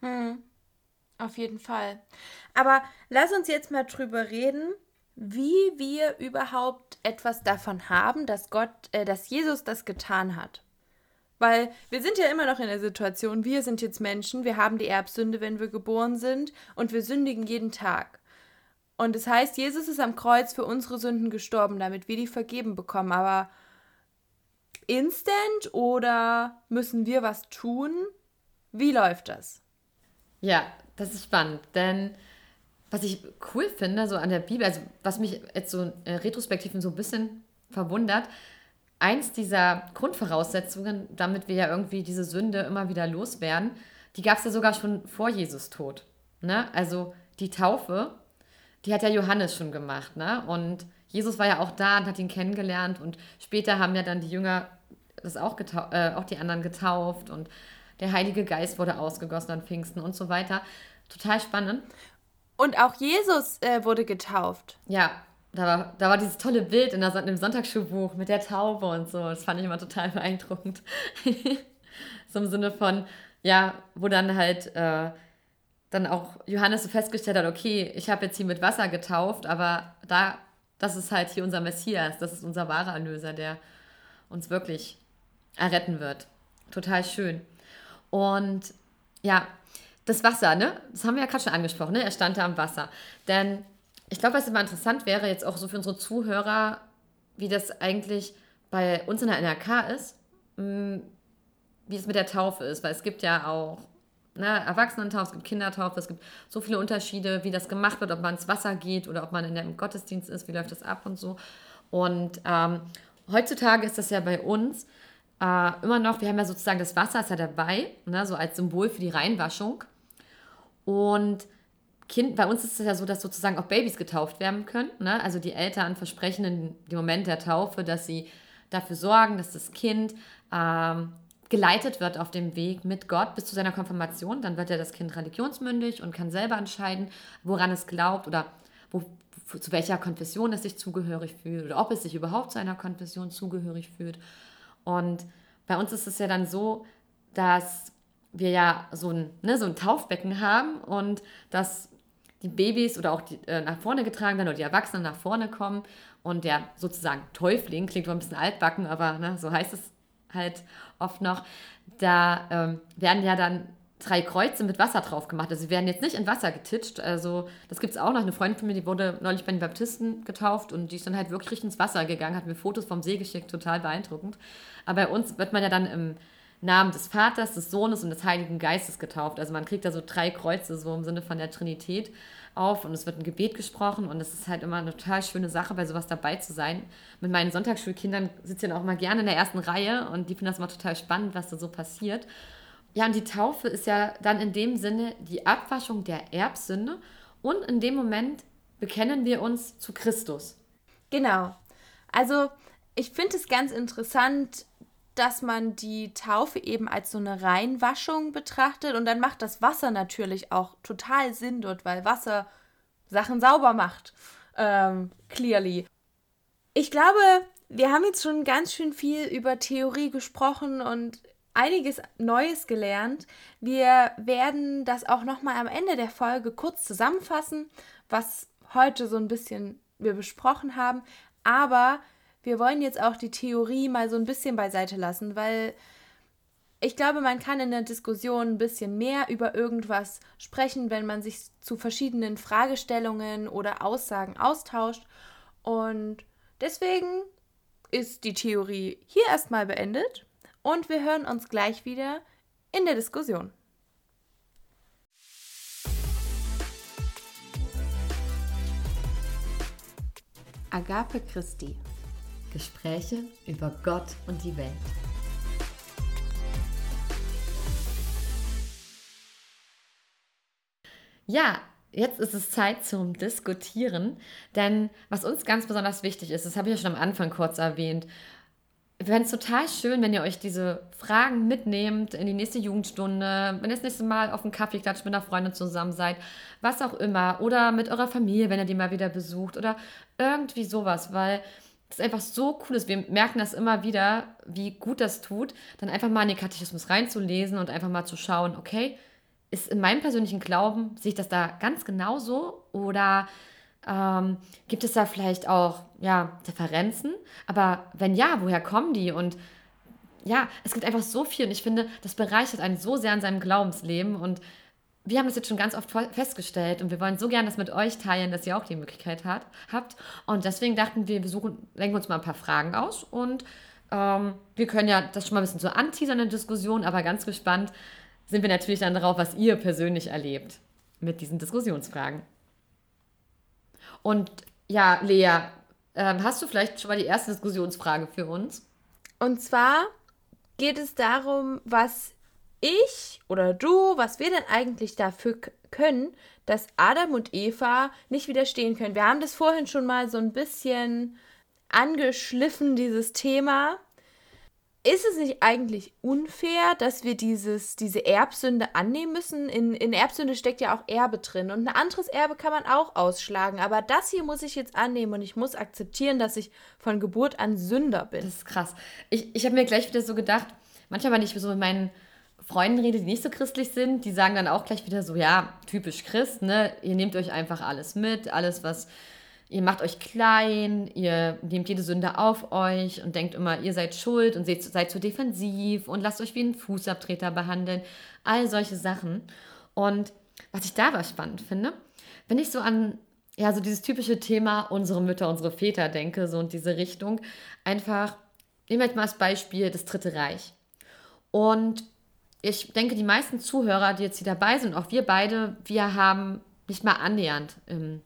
Auf jeden Fall. Aber lass uns jetzt mal drüber reden, wie wir überhaupt etwas davon haben, dass Jesus das getan hat. Weil wir sind ja immer noch in der Situation, wir sind jetzt Menschen, wir haben die Erbsünde, wenn wir geboren sind und wir sündigen jeden Tag. Und das heißt, Jesus ist am Kreuz für unsere Sünden gestorben, damit wir die vergeben bekommen. Aber instant oder müssen wir was tun? Wie läuft das? Ja, das ist spannend, denn was ich cool finde, so an der Bibel, also was mich jetzt so retrospektiv so ein bisschen verwundert, eins dieser Grundvoraussetzungen, damit wir ja irgendwie diese Sünde immer wieder loswerden, die gab es ja sogar schon vor Jesus Tod. Ne? Also die Taufe, die hat ja Johannes schon gemacht. Ne? Und Jesus war ja auch da und hat ihn kennengelernt und später haben ja dann die Jünger auch die anderen getauft und der Heilige Geist wurde ausgegossen an Pfingsten und so weiter. Total spannend. Und auch Jesus wurde getauft. Ja, da war dieses tolle Bild im Sonntagsschulbuch mit der Taube und so. Das fand ich immer total beeindruckend. So im Sinne von, ja, wo dann halt dann auch Johannes so festgestellt hat, okay, ich habe jetzt hier mit Wasser getauft, aber das ist halt hier unser Messias, das ist unser wahrer Erlöser, der uns wirklich erretten wird. Total schön. Und ja, das Wasser, ne? Das haben wir ja gerade schon angesprochen, ne? Er stand da am Wasser. Denn ich glaube, was immer interessant wäre, jetzt auch so für unsere Zuhörer, wie das eigentlich bei uns in der NRK ist, wie es mit der Taufe ist. Weil es gibt ja auch Erwachsenentaufe, es gibt Kindertaufe, es gibt so viele Unterschiede, wie das gemacht wird, ob man ins Wasser geht oder ob man in einem Gottesdienst ist, wie läuft das ab und so. Und heutzutage ist das ja bei uns immer noch, wir haben ja sozusagen das Wasser ist ja dabei, ne, so als Symbol für die Reinwaschung. Und bei uns ist es ja so, dass sozusagen auch Babys getauft werden können. Ne? Also die Eltern versprechen in dem Moment der Taufe, dass sie dafür sorgen, dass das Kind geleitet wird auf dem Weg mit Gott bis zu seiner Konfirmation. Dann wird ja das Kind religionsmündig und kann selber entscheiden, woran es glaubt oder zu welcher Konfession es sich zugehörig fühlt oder ob es sich überhaupt zu einer Konfession zugehörig fühlt. Und bei uns ist es ja dann so, dass wir ja so ein Taufbecken haben und dass die Babys oder auch nach vorne getragen werden oder die Erwachsenen nach vorne kommen und der sozusagen Täufling, klingt wohl ein bisschen altbacken, aber ne, so heißt es halt oft noch, da werden ja dann 3 Kreuze mit Wasser drauf gemacht. Also sie werden jetzt nicht in Wasser getitscht. Also das gibt es auch noch. Eine Freundin von mir, die wurde neulich bei den Baptisten getauft und die ist dann halt wirklich richtig ins Wasser gegangen, hat mir Fotos vom See geschickt, total beeindruckend. Aber bei uns wird man ja dann im Namen des Vaters, des Sohnes und des Heiligen Geistes getauft. Also man kriegt da so 3 Kreuze, so im Sinne von der Trinität auf und es wird ein Gebet gesprochen und es ist halt immer eine total schöne Sache, bei sowas dabei zu sein. Mit meinen Sonntagsschulkindern sitze ich dann auch mal gerne in der ersten Reihe und die finden das immer total spannend, was da so passiert. Ja, und die Taufe ist ja dann in dem Sinne die Abwaschung der Erbsünde und in dem Moment bekennen wir uns zu Christus. Genau. Also ich finde es ganz interessant, dass man die Taufe eben als so eine Reinwaschung betrachtet und dann macht das Wasser natürlich auch total Sinn dort, weil Wasser Sachen sauber macht. Clearly. Ich glaube, wir haben jetzt schon ganz schön viel über Theorie gesprochen und einiges Neues gelernt. Wir werden das auch nochmal am Ende der Folge kurz zusammenfassen, was heute so ein bisschen wir besprochen haben. Aber wir wollen jetzt auch die Theorie mal so ein bisschen beiseite lassen, weil ich glaube, man kann in der Diskussion ein bisschen mehr über irgendwas sprechen, wenn man sich zu verschiedenen Fragestellungen oder Aussagen austauscht. Und deswegen ist die Theorie hier erstmal beendet. Und wir hören uns gleich wieder in der Diskussion. Agape Christi. Gespräche über Gott und die Welt. Ja, jetzt ist es Zeit zum Diskutieren, denn was uns ganz besonders wichtig ist, das habe ich ja schon am Anfang kurz erwähnt, wir fänden es total schön, wenn ihr euch diese Fragen mitnehmt in die nächste Jugendstunde, wenn ihr das nächste Mal auf einen Kaffee klatscht mit einer Freundin zusammen seid, was auch immer, oder mit eurer Familie, wenn ihr die mal wieder besucht oder irgendwie sowas, weil das einfach so cool ist. Wir merken das immer wieder, wie gut das tut, dann einfach mal in den Katechismus reinzulesen und einfach mal zu schauen, okay, ist in meinem persönlichen Glauben, sehe ich das da ganz genauso oder gibt es da vielleicht auch Differenzen? Aber wenn ja, woher kommen die? Und ja, es gibt einfach so viel und ich finde, das bereichert einen so sehr in seinem Glaubensleben und wir haben das jetzt schon ganz oft festgestellt und wir wollen so gerne das mit euch teilen, dass ihr auch die Möglichkeit habt. Und deswegen dachten wir, denken uns mal ein paar Fragen aus und wir können ja das schon mal ein bisschen so anteasern in der Diskussion, aber ganz gespannt sind wir natürlich dann darauf, was ihr persönlich erlebt mit diesen Diskussionsfragen. Und ja, Lea, hast du vielleicht schon mal die erste Diskussionsfrage für uns? Und zwar geht es darum, was ich oder du, was wir denn eigentlich dafür können, dass Adam und Eva nicht widerstehen können. Wir haben das vorhin schon mal so ein bisschen angeschliffen, dieses Thema. ist es nicht eigentlich unfair, dass wir diese Erbsünde annehmen müssen? In Erbsünde steckt ja auch Erbe drin. Und ein anderes Erbe kann man auch ausschlagen. Aber das hier muss ich jetzt annehmen und ich muss akzeptieren, dass ich von Geburt an Sünder bin. Das ist krass. Ich habe mir gleich wieder so gedacht, manchmal, wenn ich so mit meinen Freunden rede, die nicht so christlich sind, die sagen dann auch gleich wieder so, ja, typisch Christ, ne? Ihr nehmt euch einfach alles mit, alles, was ihr macht euch klein, ihr nehmt jede Sünde auf euch und denkt immer, ihr seid schuld und seid zu defensiv und lasst euch wie einen Fußabtreter behandeln. All solche Sachen. Und was ich dabei spannend finde, wenn ich so an, ja, so dieses typische Thema unsere Mütter, unsere Väter denke, so in diese Richtung, einfach, nehmen wir jetzt mal als Beispiel das Dritte Reich. Und ich denke, die meisten Zuhörer, die jetzt hier dabei sind, auch wir beide, wir haben nicht mal annähernd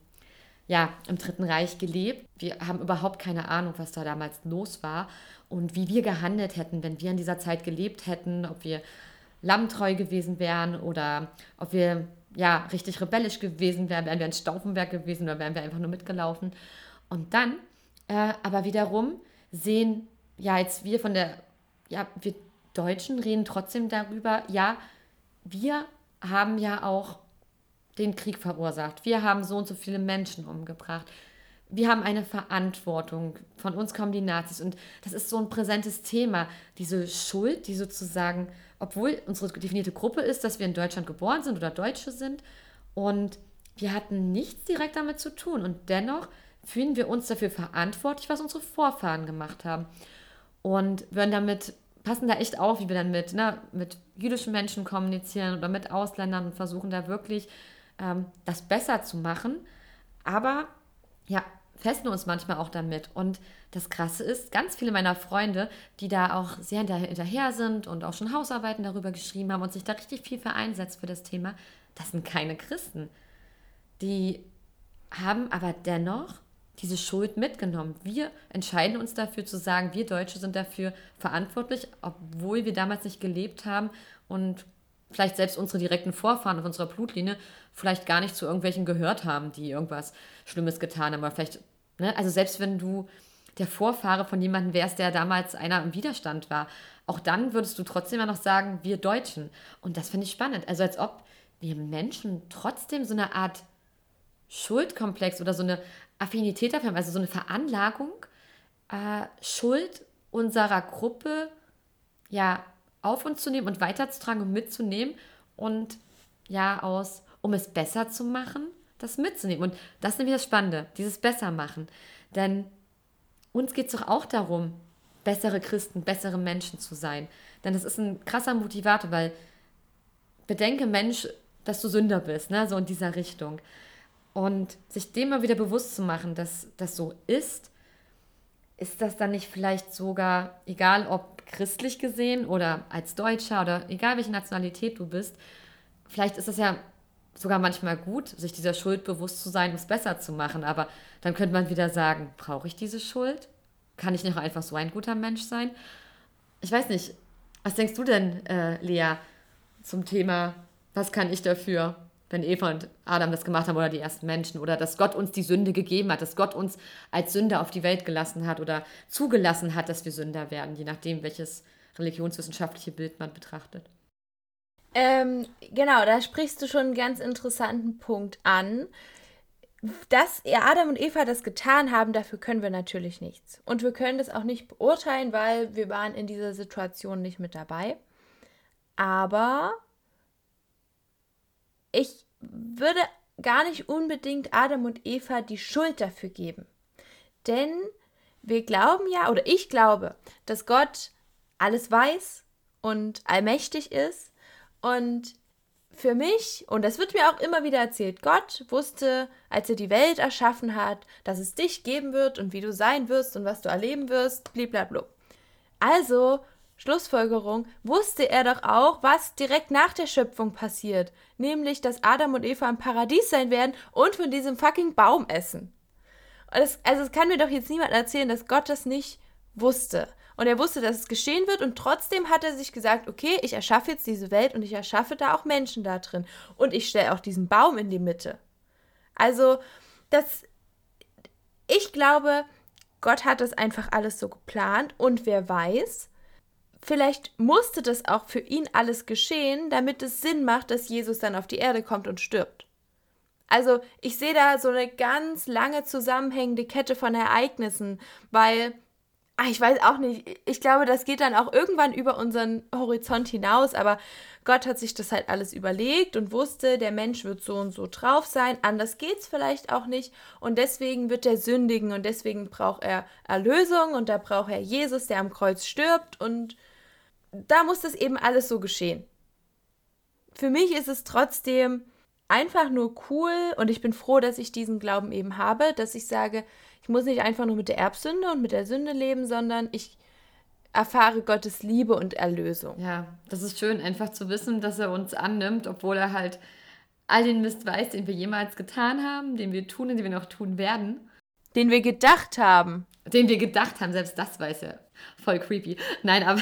im Dritten Reich gelebt. Wir haben überhaupt keine Ahnung, was da damals los war und wie wir gehandelt hätten, wenn wir in dieser Zeit gelebt hätten, ob wir lammtreu gewesen wären oder ob wir ja richtig rebellisch gewesen wären wir ein Stauffenberg gewesen oder wären wir einfach nur mitgelaufen. Und dann aber wiederum sehen ja jetzt wir wir Deutschen reden trotzdem darüber, ja, wir haben ja auch den Krieg verursacht. Wir haben so und so viele Menschen umgebracht. Wir haben eine Verantwortung. Von uns kommen die Nazis. Und das ist so ein präsentes Thema. Diese Schuld, die sozusagen, obwohl unsere definierte Gruppe ist, dass wir in Deutschland geboren sind oder Deutsche sind. Und wir hatten nichts direkt damit zu tun. Und dennoch fühlen wir uns dafür verantwortlich, was unsere Vorfahren gemacht haben. Und passen da echt auf, wie wir dann mit jüdischen Menschen kommunizieren oder mit Ausländern und versuchen da wirklich das besser zu machen, aber ja, festen uns manchmal auch damit. Und das Krasse ist, ganz viele meiner Freunde, die da auch sehr hinterher sind und auch schon Hausarbeiten darüber geschrieben haben und sich da richtig viel für einsetzt für das Thema, das sind keine Christen. Die haben aber dennoch diese Schuld mitgenommen. Wir entscheiden uns dafür zu sagen, wir Deutsche sind dafür verantwortlich, obwohl wir damals nicht gelebt haben und vielleicht selbst unsere direkten Vorfahren auf unserer Blutlinie vielleicht gar nicht zu irgendwelchen gehört haben, die irgendwas Schlimmes getan haben. Aber vielleicht, ne, also selbst wenn du der Vorfahre von jemandem wärst, der damals einer im Widerstand war, auch dann würdest du trotzdem immer noch sagen, wir Deutschen. Und das finde ich spannend. Also als ob wir Menschen trotzdem so eine Art Schuldkomplex oder so eine Affinität dafür haben, also so eine Veranlagung, Schuld unserer Gruppe ja auf uns zu nehmen und weiterzutragen und mitzunehmen und ja um es besser zu machen, das mitzunehmen. Und das ist nämlich das Spannende, dieses Bessermachen. Denn uns geht es doch auch darum, bessere Christen, bessere Menschen zu sein. Denn das ist ein krasser Motivator, weil bedenke, Mensch, dass du Sünder bist, ne? So in dieser Richtung. Und sich dem mal wieder bewusst zu machen, dass das so ist das dann nicht vielleicht sogar, egal ob christlich gesehen oder als Deutscher oder egal welche Nationalität du bist, vielleicht ist es ja sogar manchmal gut, sich dieser Schuld bewusst zu sein, um es besser zu machen. Aber dann könnte man wieder sagen, brauche ich diese Schuld? Kann ich nicht auch einfach so ein guter Mensch sein? Ich weiß nicht, was denkst du denn, Lea, zum Thema, was kann ich dafür, wenn Eva und Adam das gemacht haben oder die ersten Menschen oder dass Gott uns die Sünde gegeben hat, dass Gott uns als Sünder auf die Welt gelassen hat oder zugelassen hat, dass wir Sünder werden, je nachdem, welches religionswissenschaftliche Bild man betrachtet. Genau, da sprichst du schon einen ganz interessanten Punkt an. Dass Adam und Eva das getan haben, dafür können wir natürlich nichts. Und wir können das auch nicht beurteilen, weil wir waren in dieser Situation nicht mit dabei. Aber ich würde gar nicht unbedingt Adam und Eva die Schuld dafür geben. Denn wir glauben ja, oder ich glaube, dass Gott alles weiß und allmächtig ist. Und für mich, und das wird mir auch immer wieder erzählt, Gott wusste, als er die Welt erschaffen hat, dass es dich geben wird und wie du sein wirst und was du erleben wirst, blablabla. Also, Schlussfolgerung, wusste er doch auch, was direkt nach der Schöpfung passiert. Nämlich, dass Adam und Eva im Paradies sein werden und von diesem fucking Baum essen. Es kann mir doch jetzt niemand erzählen, dass Gott das nicht wusste. Und er wusste, dass es geschehen wird und trotzdem hat er sich gesagt, okay, ich erschaffe jetzt diese Welt und ich erschaffe da auch Menschen da drin. Und ich stelle auch diesen Baum in die Mitte. Also, ich glaube, Gott hat das einfach alles so geplant und wer weiß, vielleicht musste das auch für ihn alles geschehen, damit es Sinn macht, dass Jesus dann auf die Erde kommt und stirbt. Also ich sehe da so eine ganz lange zusammenhängende Kette von Ereignissen, weil, ich weiß auch nicht, ich glaube, das geht dann auch irgendwann über unseren Horizont hinaus, aber Gott hat sich das halt alles überlegt und wusste, der Mensch wird so und so drauf sein, anders geht's vielleicht auch nicht und deswegen wird er sündigen und deswegen braucht er Erlösung und da braucht er Jesus, der am Kreuz stirbt und da muss das eben alles so geschehen. Für mich ist es trotzdem einfach nur cool und ich bin froh, dass ich diesen Glauben eben habe, dass ich sage, ich muss nicht einfach nur mit der Erbsünde und mit der Sünde leben, sondern ich erfahre Gottes Liebe und Erlösung. Ja, das ist schön, einfach zu wissen, dass er uns annimmt, obwohl er halt all den Mist weiß, den wir jemals getan haben, den wir tun und den wir noch tun werden. Den wir gedacht haben. Den wir gedacht haben, selbst das weiß er. Voll creepy. Nein, aber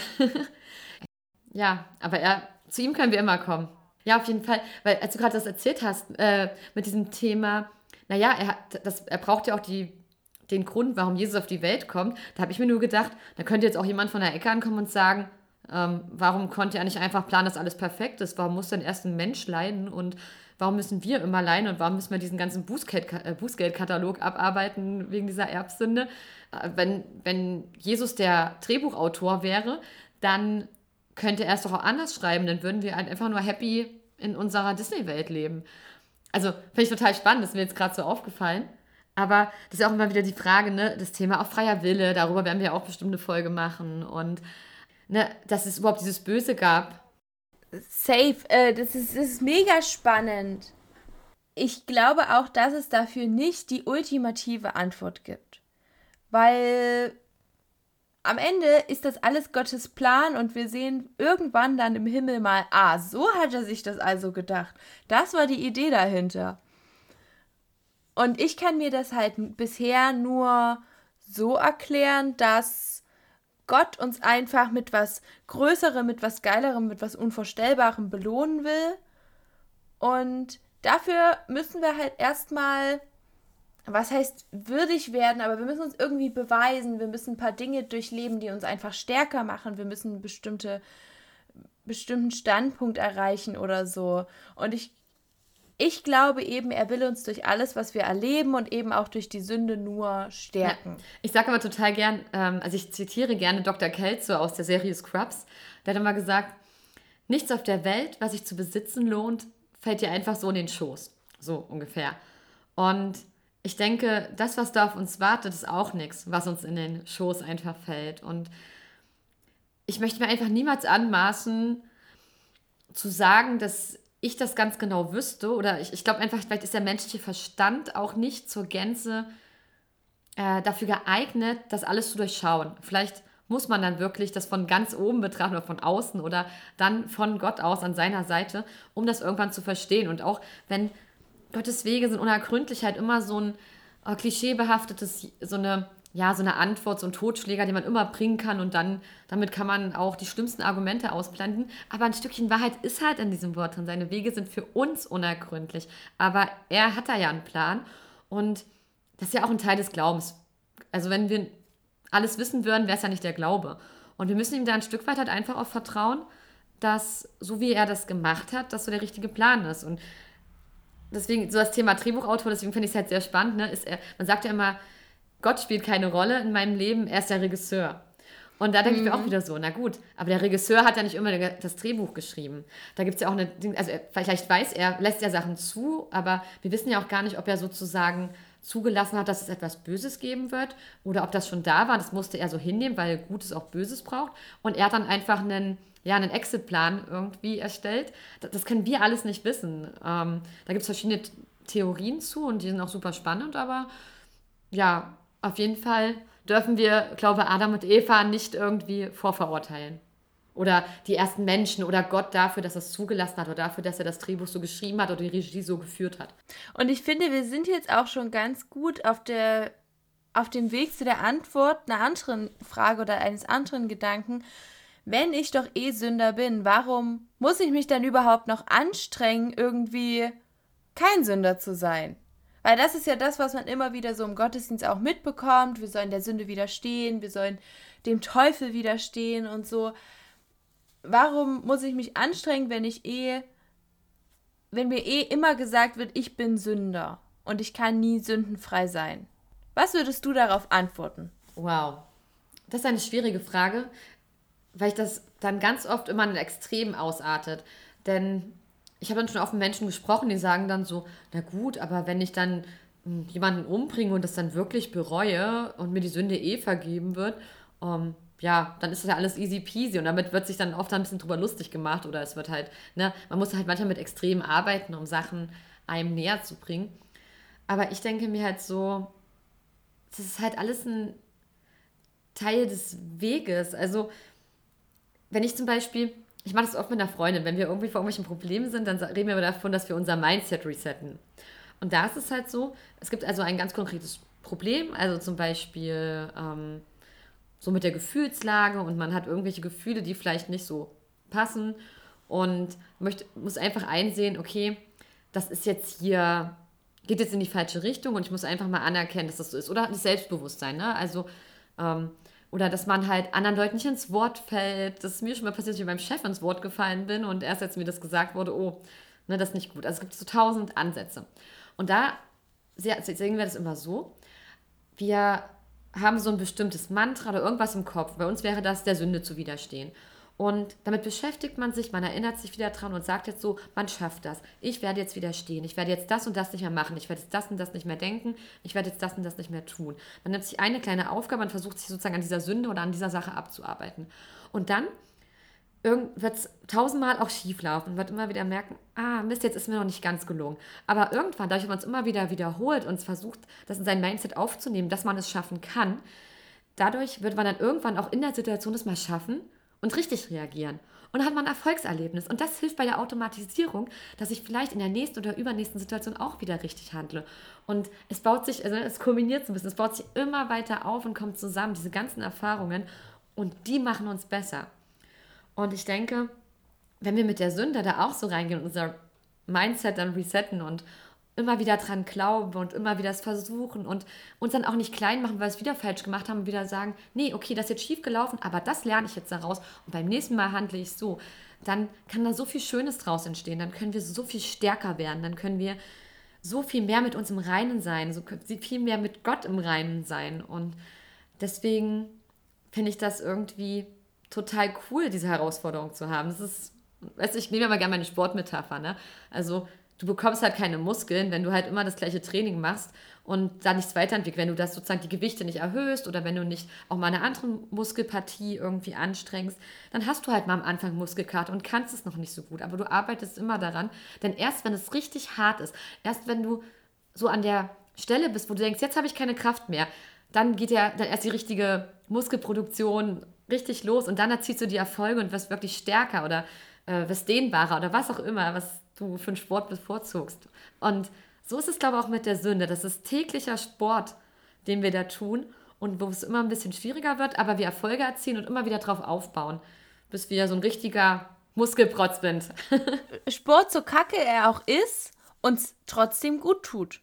ja, aber zu ihm können wir immer kommen. Ja, auf jeden Fall, weil als du gerade das erzählt hast, mit diesem Thema, naja, er braucht ja auch den Grund, warum Jesus auf die Welt kommt. Da habe ich mir nur gedacht, da könnte jetzt auch jemand von der Ecke ankommen und sagen, warum konnte er nicht einfach planen, dass alles perfekt ist? Warum muss denn erst ein Mensch leiden und warum müssen wir immer leiden und warum müssen wir diesen ganzen Bußgeldkatalog abarbeiten wegen dieser Erbsünde? Wenn Jesus der Drehbuchautor wäre, dann könnte er es doch auch anders schreiben, dann würden wir halt einfach nur happy in unserer Disney-Welt leben. Also, finde ich total spannend, das ist mir jetzt gerade so aufgefallen. Aber das ist auch immer wieder die Frage, ne, das Thema auch freier Wille, darüber werden wir auch bestimmt eine Folge machen. Und ne, dass es überhaupt dieses Böse gab. Safe, das ist mega spannend. Ich glaube auch, dass es dafür nicht die ultimative Antwort gibt. Weil am Ende ist das alles Gottes Plan und wir sehen irgendwann dann im Himmel mal, so hat er sich das also gedacht. Das war die Idee dahinter. Und ich kann mir das halt bisher nur so erklären, dass Gott uns einfach mit was Größerem, mit was Geilerem, mit was Unvorstellbarem belohnen will. Und dafür müssen wir halt erstmal, was heißt würdig werden, aber wir müssen uns irgendwie beweisen, wir müssen ein paar Dinge durchleben, die uns einfach stärker machen, wir müssen einen bestimmten Standpunkt erreichen oder so. Und ich glaube eben, er will uns durch alles, was wir erleben und eben auch durch die Sünde nur stärken. Ja, ich sage aber total gern, also ich zitiere gerne Dr. Kelso aus der Serie Scrubs, der hat immer gesagt, nichts auf der Welt, was sich zu besitzen lohnt, fällt dir einfach so in den Schoß. So ungefähr. Und ich denke, das, was da auf uns wartet, ist auch nichts, was uns in den Schoß einfach fällt. Und ich möchte mir einfach niemals anmaßen, zu sagen, dass ich das ganz genau wüsste. Oder ich glaube einfach, vielleicht ist der menschliche Verstand auch nicht zur Gänze dafür geeignet, das alles zu durchschauen. Vielleicht muss man dann wirklich das von ganz oben betrachten oder von außen oder dann von Gott aus an seiner Seite, um das irgendwann zu verstehen. Und auch wenn Gottes Wege sind unergründlich halt immer so ein klischeebehaftetes, so eine Antwort, so ein Totschläger, den man immer bringen kann und dann, damit kann man auch die schlimmsten Argumente ausblenden. Aber ein Stückchen Wahrheit ist halt in diesem Wort drin. Seine Wege sind für uns unergründlich. Aber er hat da ja einen Plan und das ist ja auch ein Teil des Glaubens. Also wenn wir alles wissen würden, wäre es ja nicht der Glaube. Und wir müssen ihm da ein Stück weit halt einfach auch vertrauen, dass, so wie er das gemacht hat, das so der richtige Plan ist. Und deswegen, so das Thema Drehbuchautor, deswegen finde ich es halt sehr spannend, ne? Man sagt ja immer, Gott spielt keine Rolle in meinem Leben, er ist der Regisseur. Und da denke ich mir auch wieder so, na gut, aber der Regisseur hat ja nicht immer das Drehbuch geschrieben. Da gibt es ja auch vielleicht lässt er Sachen zu, aber wir wissen ja auch gar nicht, ob er sozusagen zugelassen hat, dass es etwas Böses geben wird oder ob das schon da war. Das musste er so hinnehmen, weil Gutes auch Böses braucht. Und er hat dann einfach einen Exit-Plan irgendwie erstellt. Das können wir alles nicht wissen. Da gibt es verschiedene Theorien zu und die sind auch super spannend, aber ja, auf jeden Fall dürfen wir, glaube ich, Adam und Eva nicht irgendwie vorverurteilen. Oder die ersten Menschen oder Gott dafür, dass er es zugelassen hat oder dafür, dass er das Drehbuch so geschrieben hat oder die Regie so geführt hat. Und ich finde, wir sind jetzt auch schon ganz gut auf dem Weg zu der Antwort einer anderen Frage oder eines anderen Gedanken. Wenn ich doch Sünder bin, warum muss ich mich dann überhaupt noch anstrengen, irgendwie kein Sünder zu sein? Weil das ist ja das, was man immer wieder so im Gottesdienst auch mitbekommt. Wir sollen der Sünde widerstehen, wir sollen dem Teufel widerstehen und so. warum muss ich mich anstrengen, wenn mir immer gesagt wird, ich bin Sünder und ich kann nie sündenfrei sein? Was würdest du darauf antworten? Wow, das ist eine schwierige Frage, weil ich das dann ganz oft immer in den Extremen ausartet. Denn ich habe dann schon oft mit Menschen gesprochen, die sagen dann so, na gut, aber wenn ich dann jemanden umbringe und das dann wirklich bereue und mir die Sünde vergeben wird, ja, dann ist das ja alles easy peasy und damit wird sich dann oft ein bisschen drüber lustig gemacht oder es wird halt, ne, man muss halt manchmal mit Extremen arbeiten, um Sachen einem näher zu bringen. Aber ich denke mir halt so, das ist halt alles ein Teil des Weges. Also, wenn ich zum Beispiel, ich mache das oft mit einer Freundin, wenn wir irgendwie vor irgendwelchen Problemen sind, dann reden wir aber davon, dass wir unser Mindset resetten. Und da ist es halt so, es gibt also ein ganz konkretes Problem, also zum Beispiel so mit der Gefühlslage und man hat irgendwelche Gefühle, die vielleicht nicht so passen und muss einfach einsehen, okay, das ist jetzt hier, geht jetzt in die falsche Richtung und ich muss einfach mal anerkennen, dass das so ist. Oder das Selbstbewusstsein, ne? Also, oder dass man halt anderen Leuten nicht ins Wort fällt. Das ist mir schon mal passiert, dass ich meinem Chef ins Wort gefallen bin und erst als mir das gesagt wurde, oh, ne, das ist nicht gut. Also es gibt so 1000 Ansätze. Und da sehen wir das immer so, wir haben so ein bestimmtes Mantra oder irgendwas im Kopf. Bei uns wäre das, der Sünde zu widerstehen. Und damit beschäftigt man sich, man erinnert sich wieder dran und sagt jetzt so, man schafft das. Ich werde jetzt widerstehen. Ich werde jetzt das und das nicht mehr machen. Ich werde jetzt das und das nicht mehr denken. Ich werde jetzt das und das nicht mehr tun. Man nimmt sich eine kleine Aufgabe und versucht sich sozusagen an dieser Sünde oder an dieser Sache abzuarbeiten. Und dann wird es 1000-mal auch schief laufen und wird immer wieder merken, Mist, jetzt ist mir noch nicht ganz gelungen. Aber irgendwann, dadurch, dass man es immer wieder wiederholt und es versucht, das in sein Mindset aufzunehmen, dass man es schaffen kann, dadurch wird man dann irgendwann auch in der Situation das mal schaffen und richtig reagieren. Und dann hat man ein Erfolgserlebnis. Und das hilft bei der Automatisierung, dass ich vielleicht in der nächsten oder übernächsten Situation auch wieder richtig handle. Und es baut sich, also es kombiniert so ein bisschen, es baut sich immer weiter auf und kommt zusammen, diese ganzen Erfahrungen. Und die machen uns besser. Und ich denke, wenn wir mit der Sünde da auch so reingehen und unser Mindset dann resetten und immer wieder dran glauben und immer wieder es versuchen und uns dann auch nicht klein machen, weil wir es wieder falsch gemacht haben und wieder sagen, nee, okay, das ist jetzt schief gelaufen, aber das lerne ich jetzt daraus und beim nächsten Mal handle ich so, dann kann da so viel Schönes draus entstehen, dann können wir so viel stärker werden, dann können wir so viel mehr mit uns im Reinen sein, so viel mehr mit Gott im Reinen sein und deswegen finde ich das irgendwie total cool, diese Herausforderung zu haben. Das ist, weißt du, ich nehme aber gerne meine Sportmetapher, ne? Also du bekommst halt keine Muskeln, wenn du halt immer das gleiche Training machst und da nichts weiterentwickelst, wenn du das sozusagen die Gewichte nicht erhöhst oder wenn du nicht auch mal eine andere Muskelpartie irgendwie anstrengst, dann hast du halt mal am Anfang Muskelkater und kannst es noch nicht so gut, aber du arbeitest immer daran, denn erst wenn es richtig hart ist, erst wenn du so an der Stelle bist, wo du denkst, jetzt habe ich keine Kraft mehr, dann geht ja dann erst die richtige Muskelproduktion richtig los und dann erzielst du die Erfolge und wirst wirklich stärker oder wirst dehnbarer oder was auch immer, was du für einen Sport bevorzugst. Und so ist es, glaube ich, auch mit der Sünde. Das ist täglicher Sport, den wir da tun und wo es immer ein bisschen schwieriger wird, aber wir Erfolge erzielen und immer wieder drauf aufbauen, bis wir so ein richtiger Muskelprotz sind. Sport, so kacke er auch ist, uns trotzdem gut tut.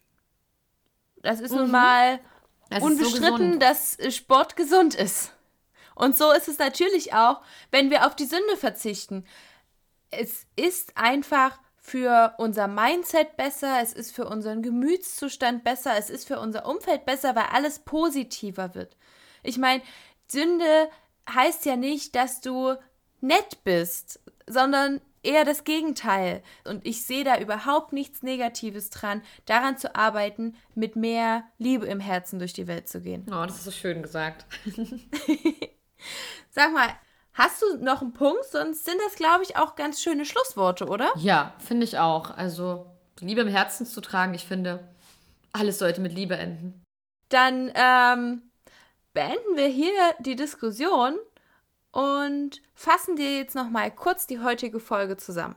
Das ist nun mal unbestritten, so dass Sport gesund ist. Und so ist es natürlich auch, wenn wir auf die Sünde verzichten. Es ist einfach für unser Mindset besser, es ist für unseren Gemütszustand besser, es ist für unser Umfeld besser, weil alles positiver wird. Ich meine, Sünde heißt ja nicht, dass du nett bist, sondern eher das Gegenteil. Und ich sehe da überhaupt nichts Negatives dran, daran zu arbeiten, mit mehr Liebe im Herzen durch die Welt zu gehen. Oh, das ist so schön gesagt. Sag mal, hast du noch einen Punkt? Sonst sind das, glaube ich, auch ganz schöne Schlussworte, oder? Ja, finde ich auch. Also Liebe im Herzen zu tragen, ich finde, alles sollte mit Liebe enden. Dann beenden wir hier die Diskussion und fassen dir jetzt noch mal kurz die heutige Folge zusammen.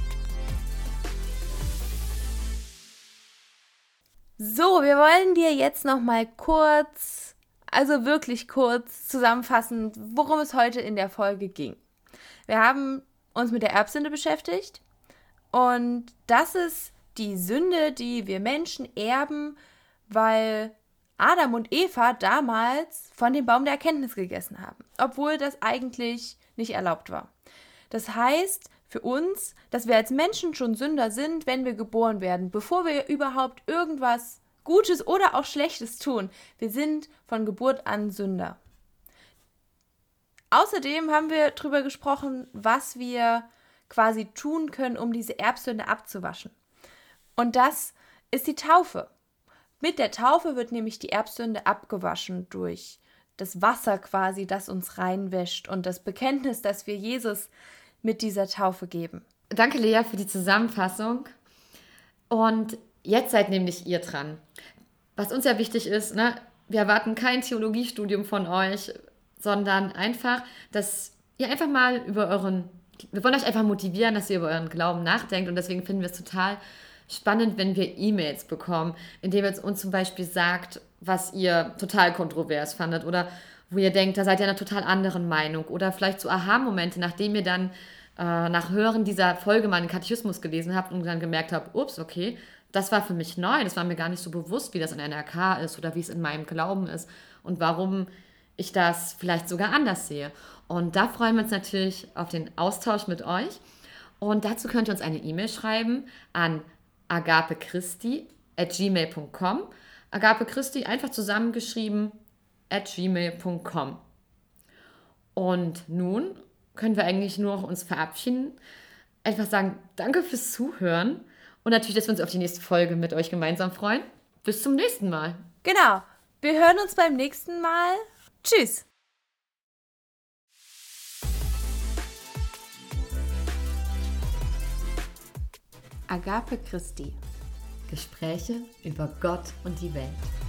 So, wir wollen dir jetzt noch mal kurz, also wirklich kurz zusammenfassen, worum es heute in der Folge ging. Wir haben uns mit der Erbsünde beschäftigt und das ist die Sünde, die wir Menschen erben, weil Adam und Eva damals von dem Baum der Erkenntnis gegessen haben, obwohl das eigentlich nicht erlaubt war. Das heißt für uns, dass wir als Menschen schon Sünder sind, wenn wir geboren werden, bevor wir überhaupt irgendwas Gutes oder auch Schlechtes tun. Wir sind von Geburt an Sünder. Außerdem haben wir darüber gesprochen, was wir quasi tun können, um diese Erbsünde abzuwaschen. Und das ist die Taufe. Mit der Taufe wird nämlich die Erbsünde abgewaschen durch das Wasser quasi, das uns reinwäscht und das Bekenntnis, das wir Jesus mit dieser Taufe geben. Danke, Lea, für die Zusammenfassung. Und jetzt seid nämlich ihr dran. Was uns ja wichtig ist, ne, wir erwarten kein Theologiestudium von euch, sondern einfach, dass ihr einfach mal wir wollen euch einfach motivieren, dass ihr über euren Glauben nachdenkt und deswegen finden wir es total spannend, wenn wir E-Mails bekommen, in denen ihr uns zum Beispiel sagt, was ihr total kontrovers fandet oder wo ihr denkt, da seid ihr einer total anderen Meinung oder vielleicht so Aha-Momente, nachdem ihr dann nach Hören dieser Folge mal den Katechismus gelesen habt und dann gemerkt habt, ups, okay, das war für mich neu, das war mir gar nicht so bewusst, wie das in NRK ist oder wie es in meinem Glauben ist und warum ich das vielleicht sogar anders sehe. Und da freuen wir uns natürlich auf den Austausch mit euch. Und dazu könnt ihr uns eine E-Mail schreiben an agapechristi@gmail.com. Agape Christi einfach zusammengeschrieben @gmail.com. Und nun können wir eigentlich nur noch uns verabschieden. Einfach sagen, danke fürs Zuhören. Und natürlich, dass wir uns auf die nächste Folge mit euch gemeinsam freuen. Bis zum nächsten Mal. Genau. Wir hören uns beim nächsten Mal. Tschüss. Agape Christi. Gespräche über Gott und die Welt.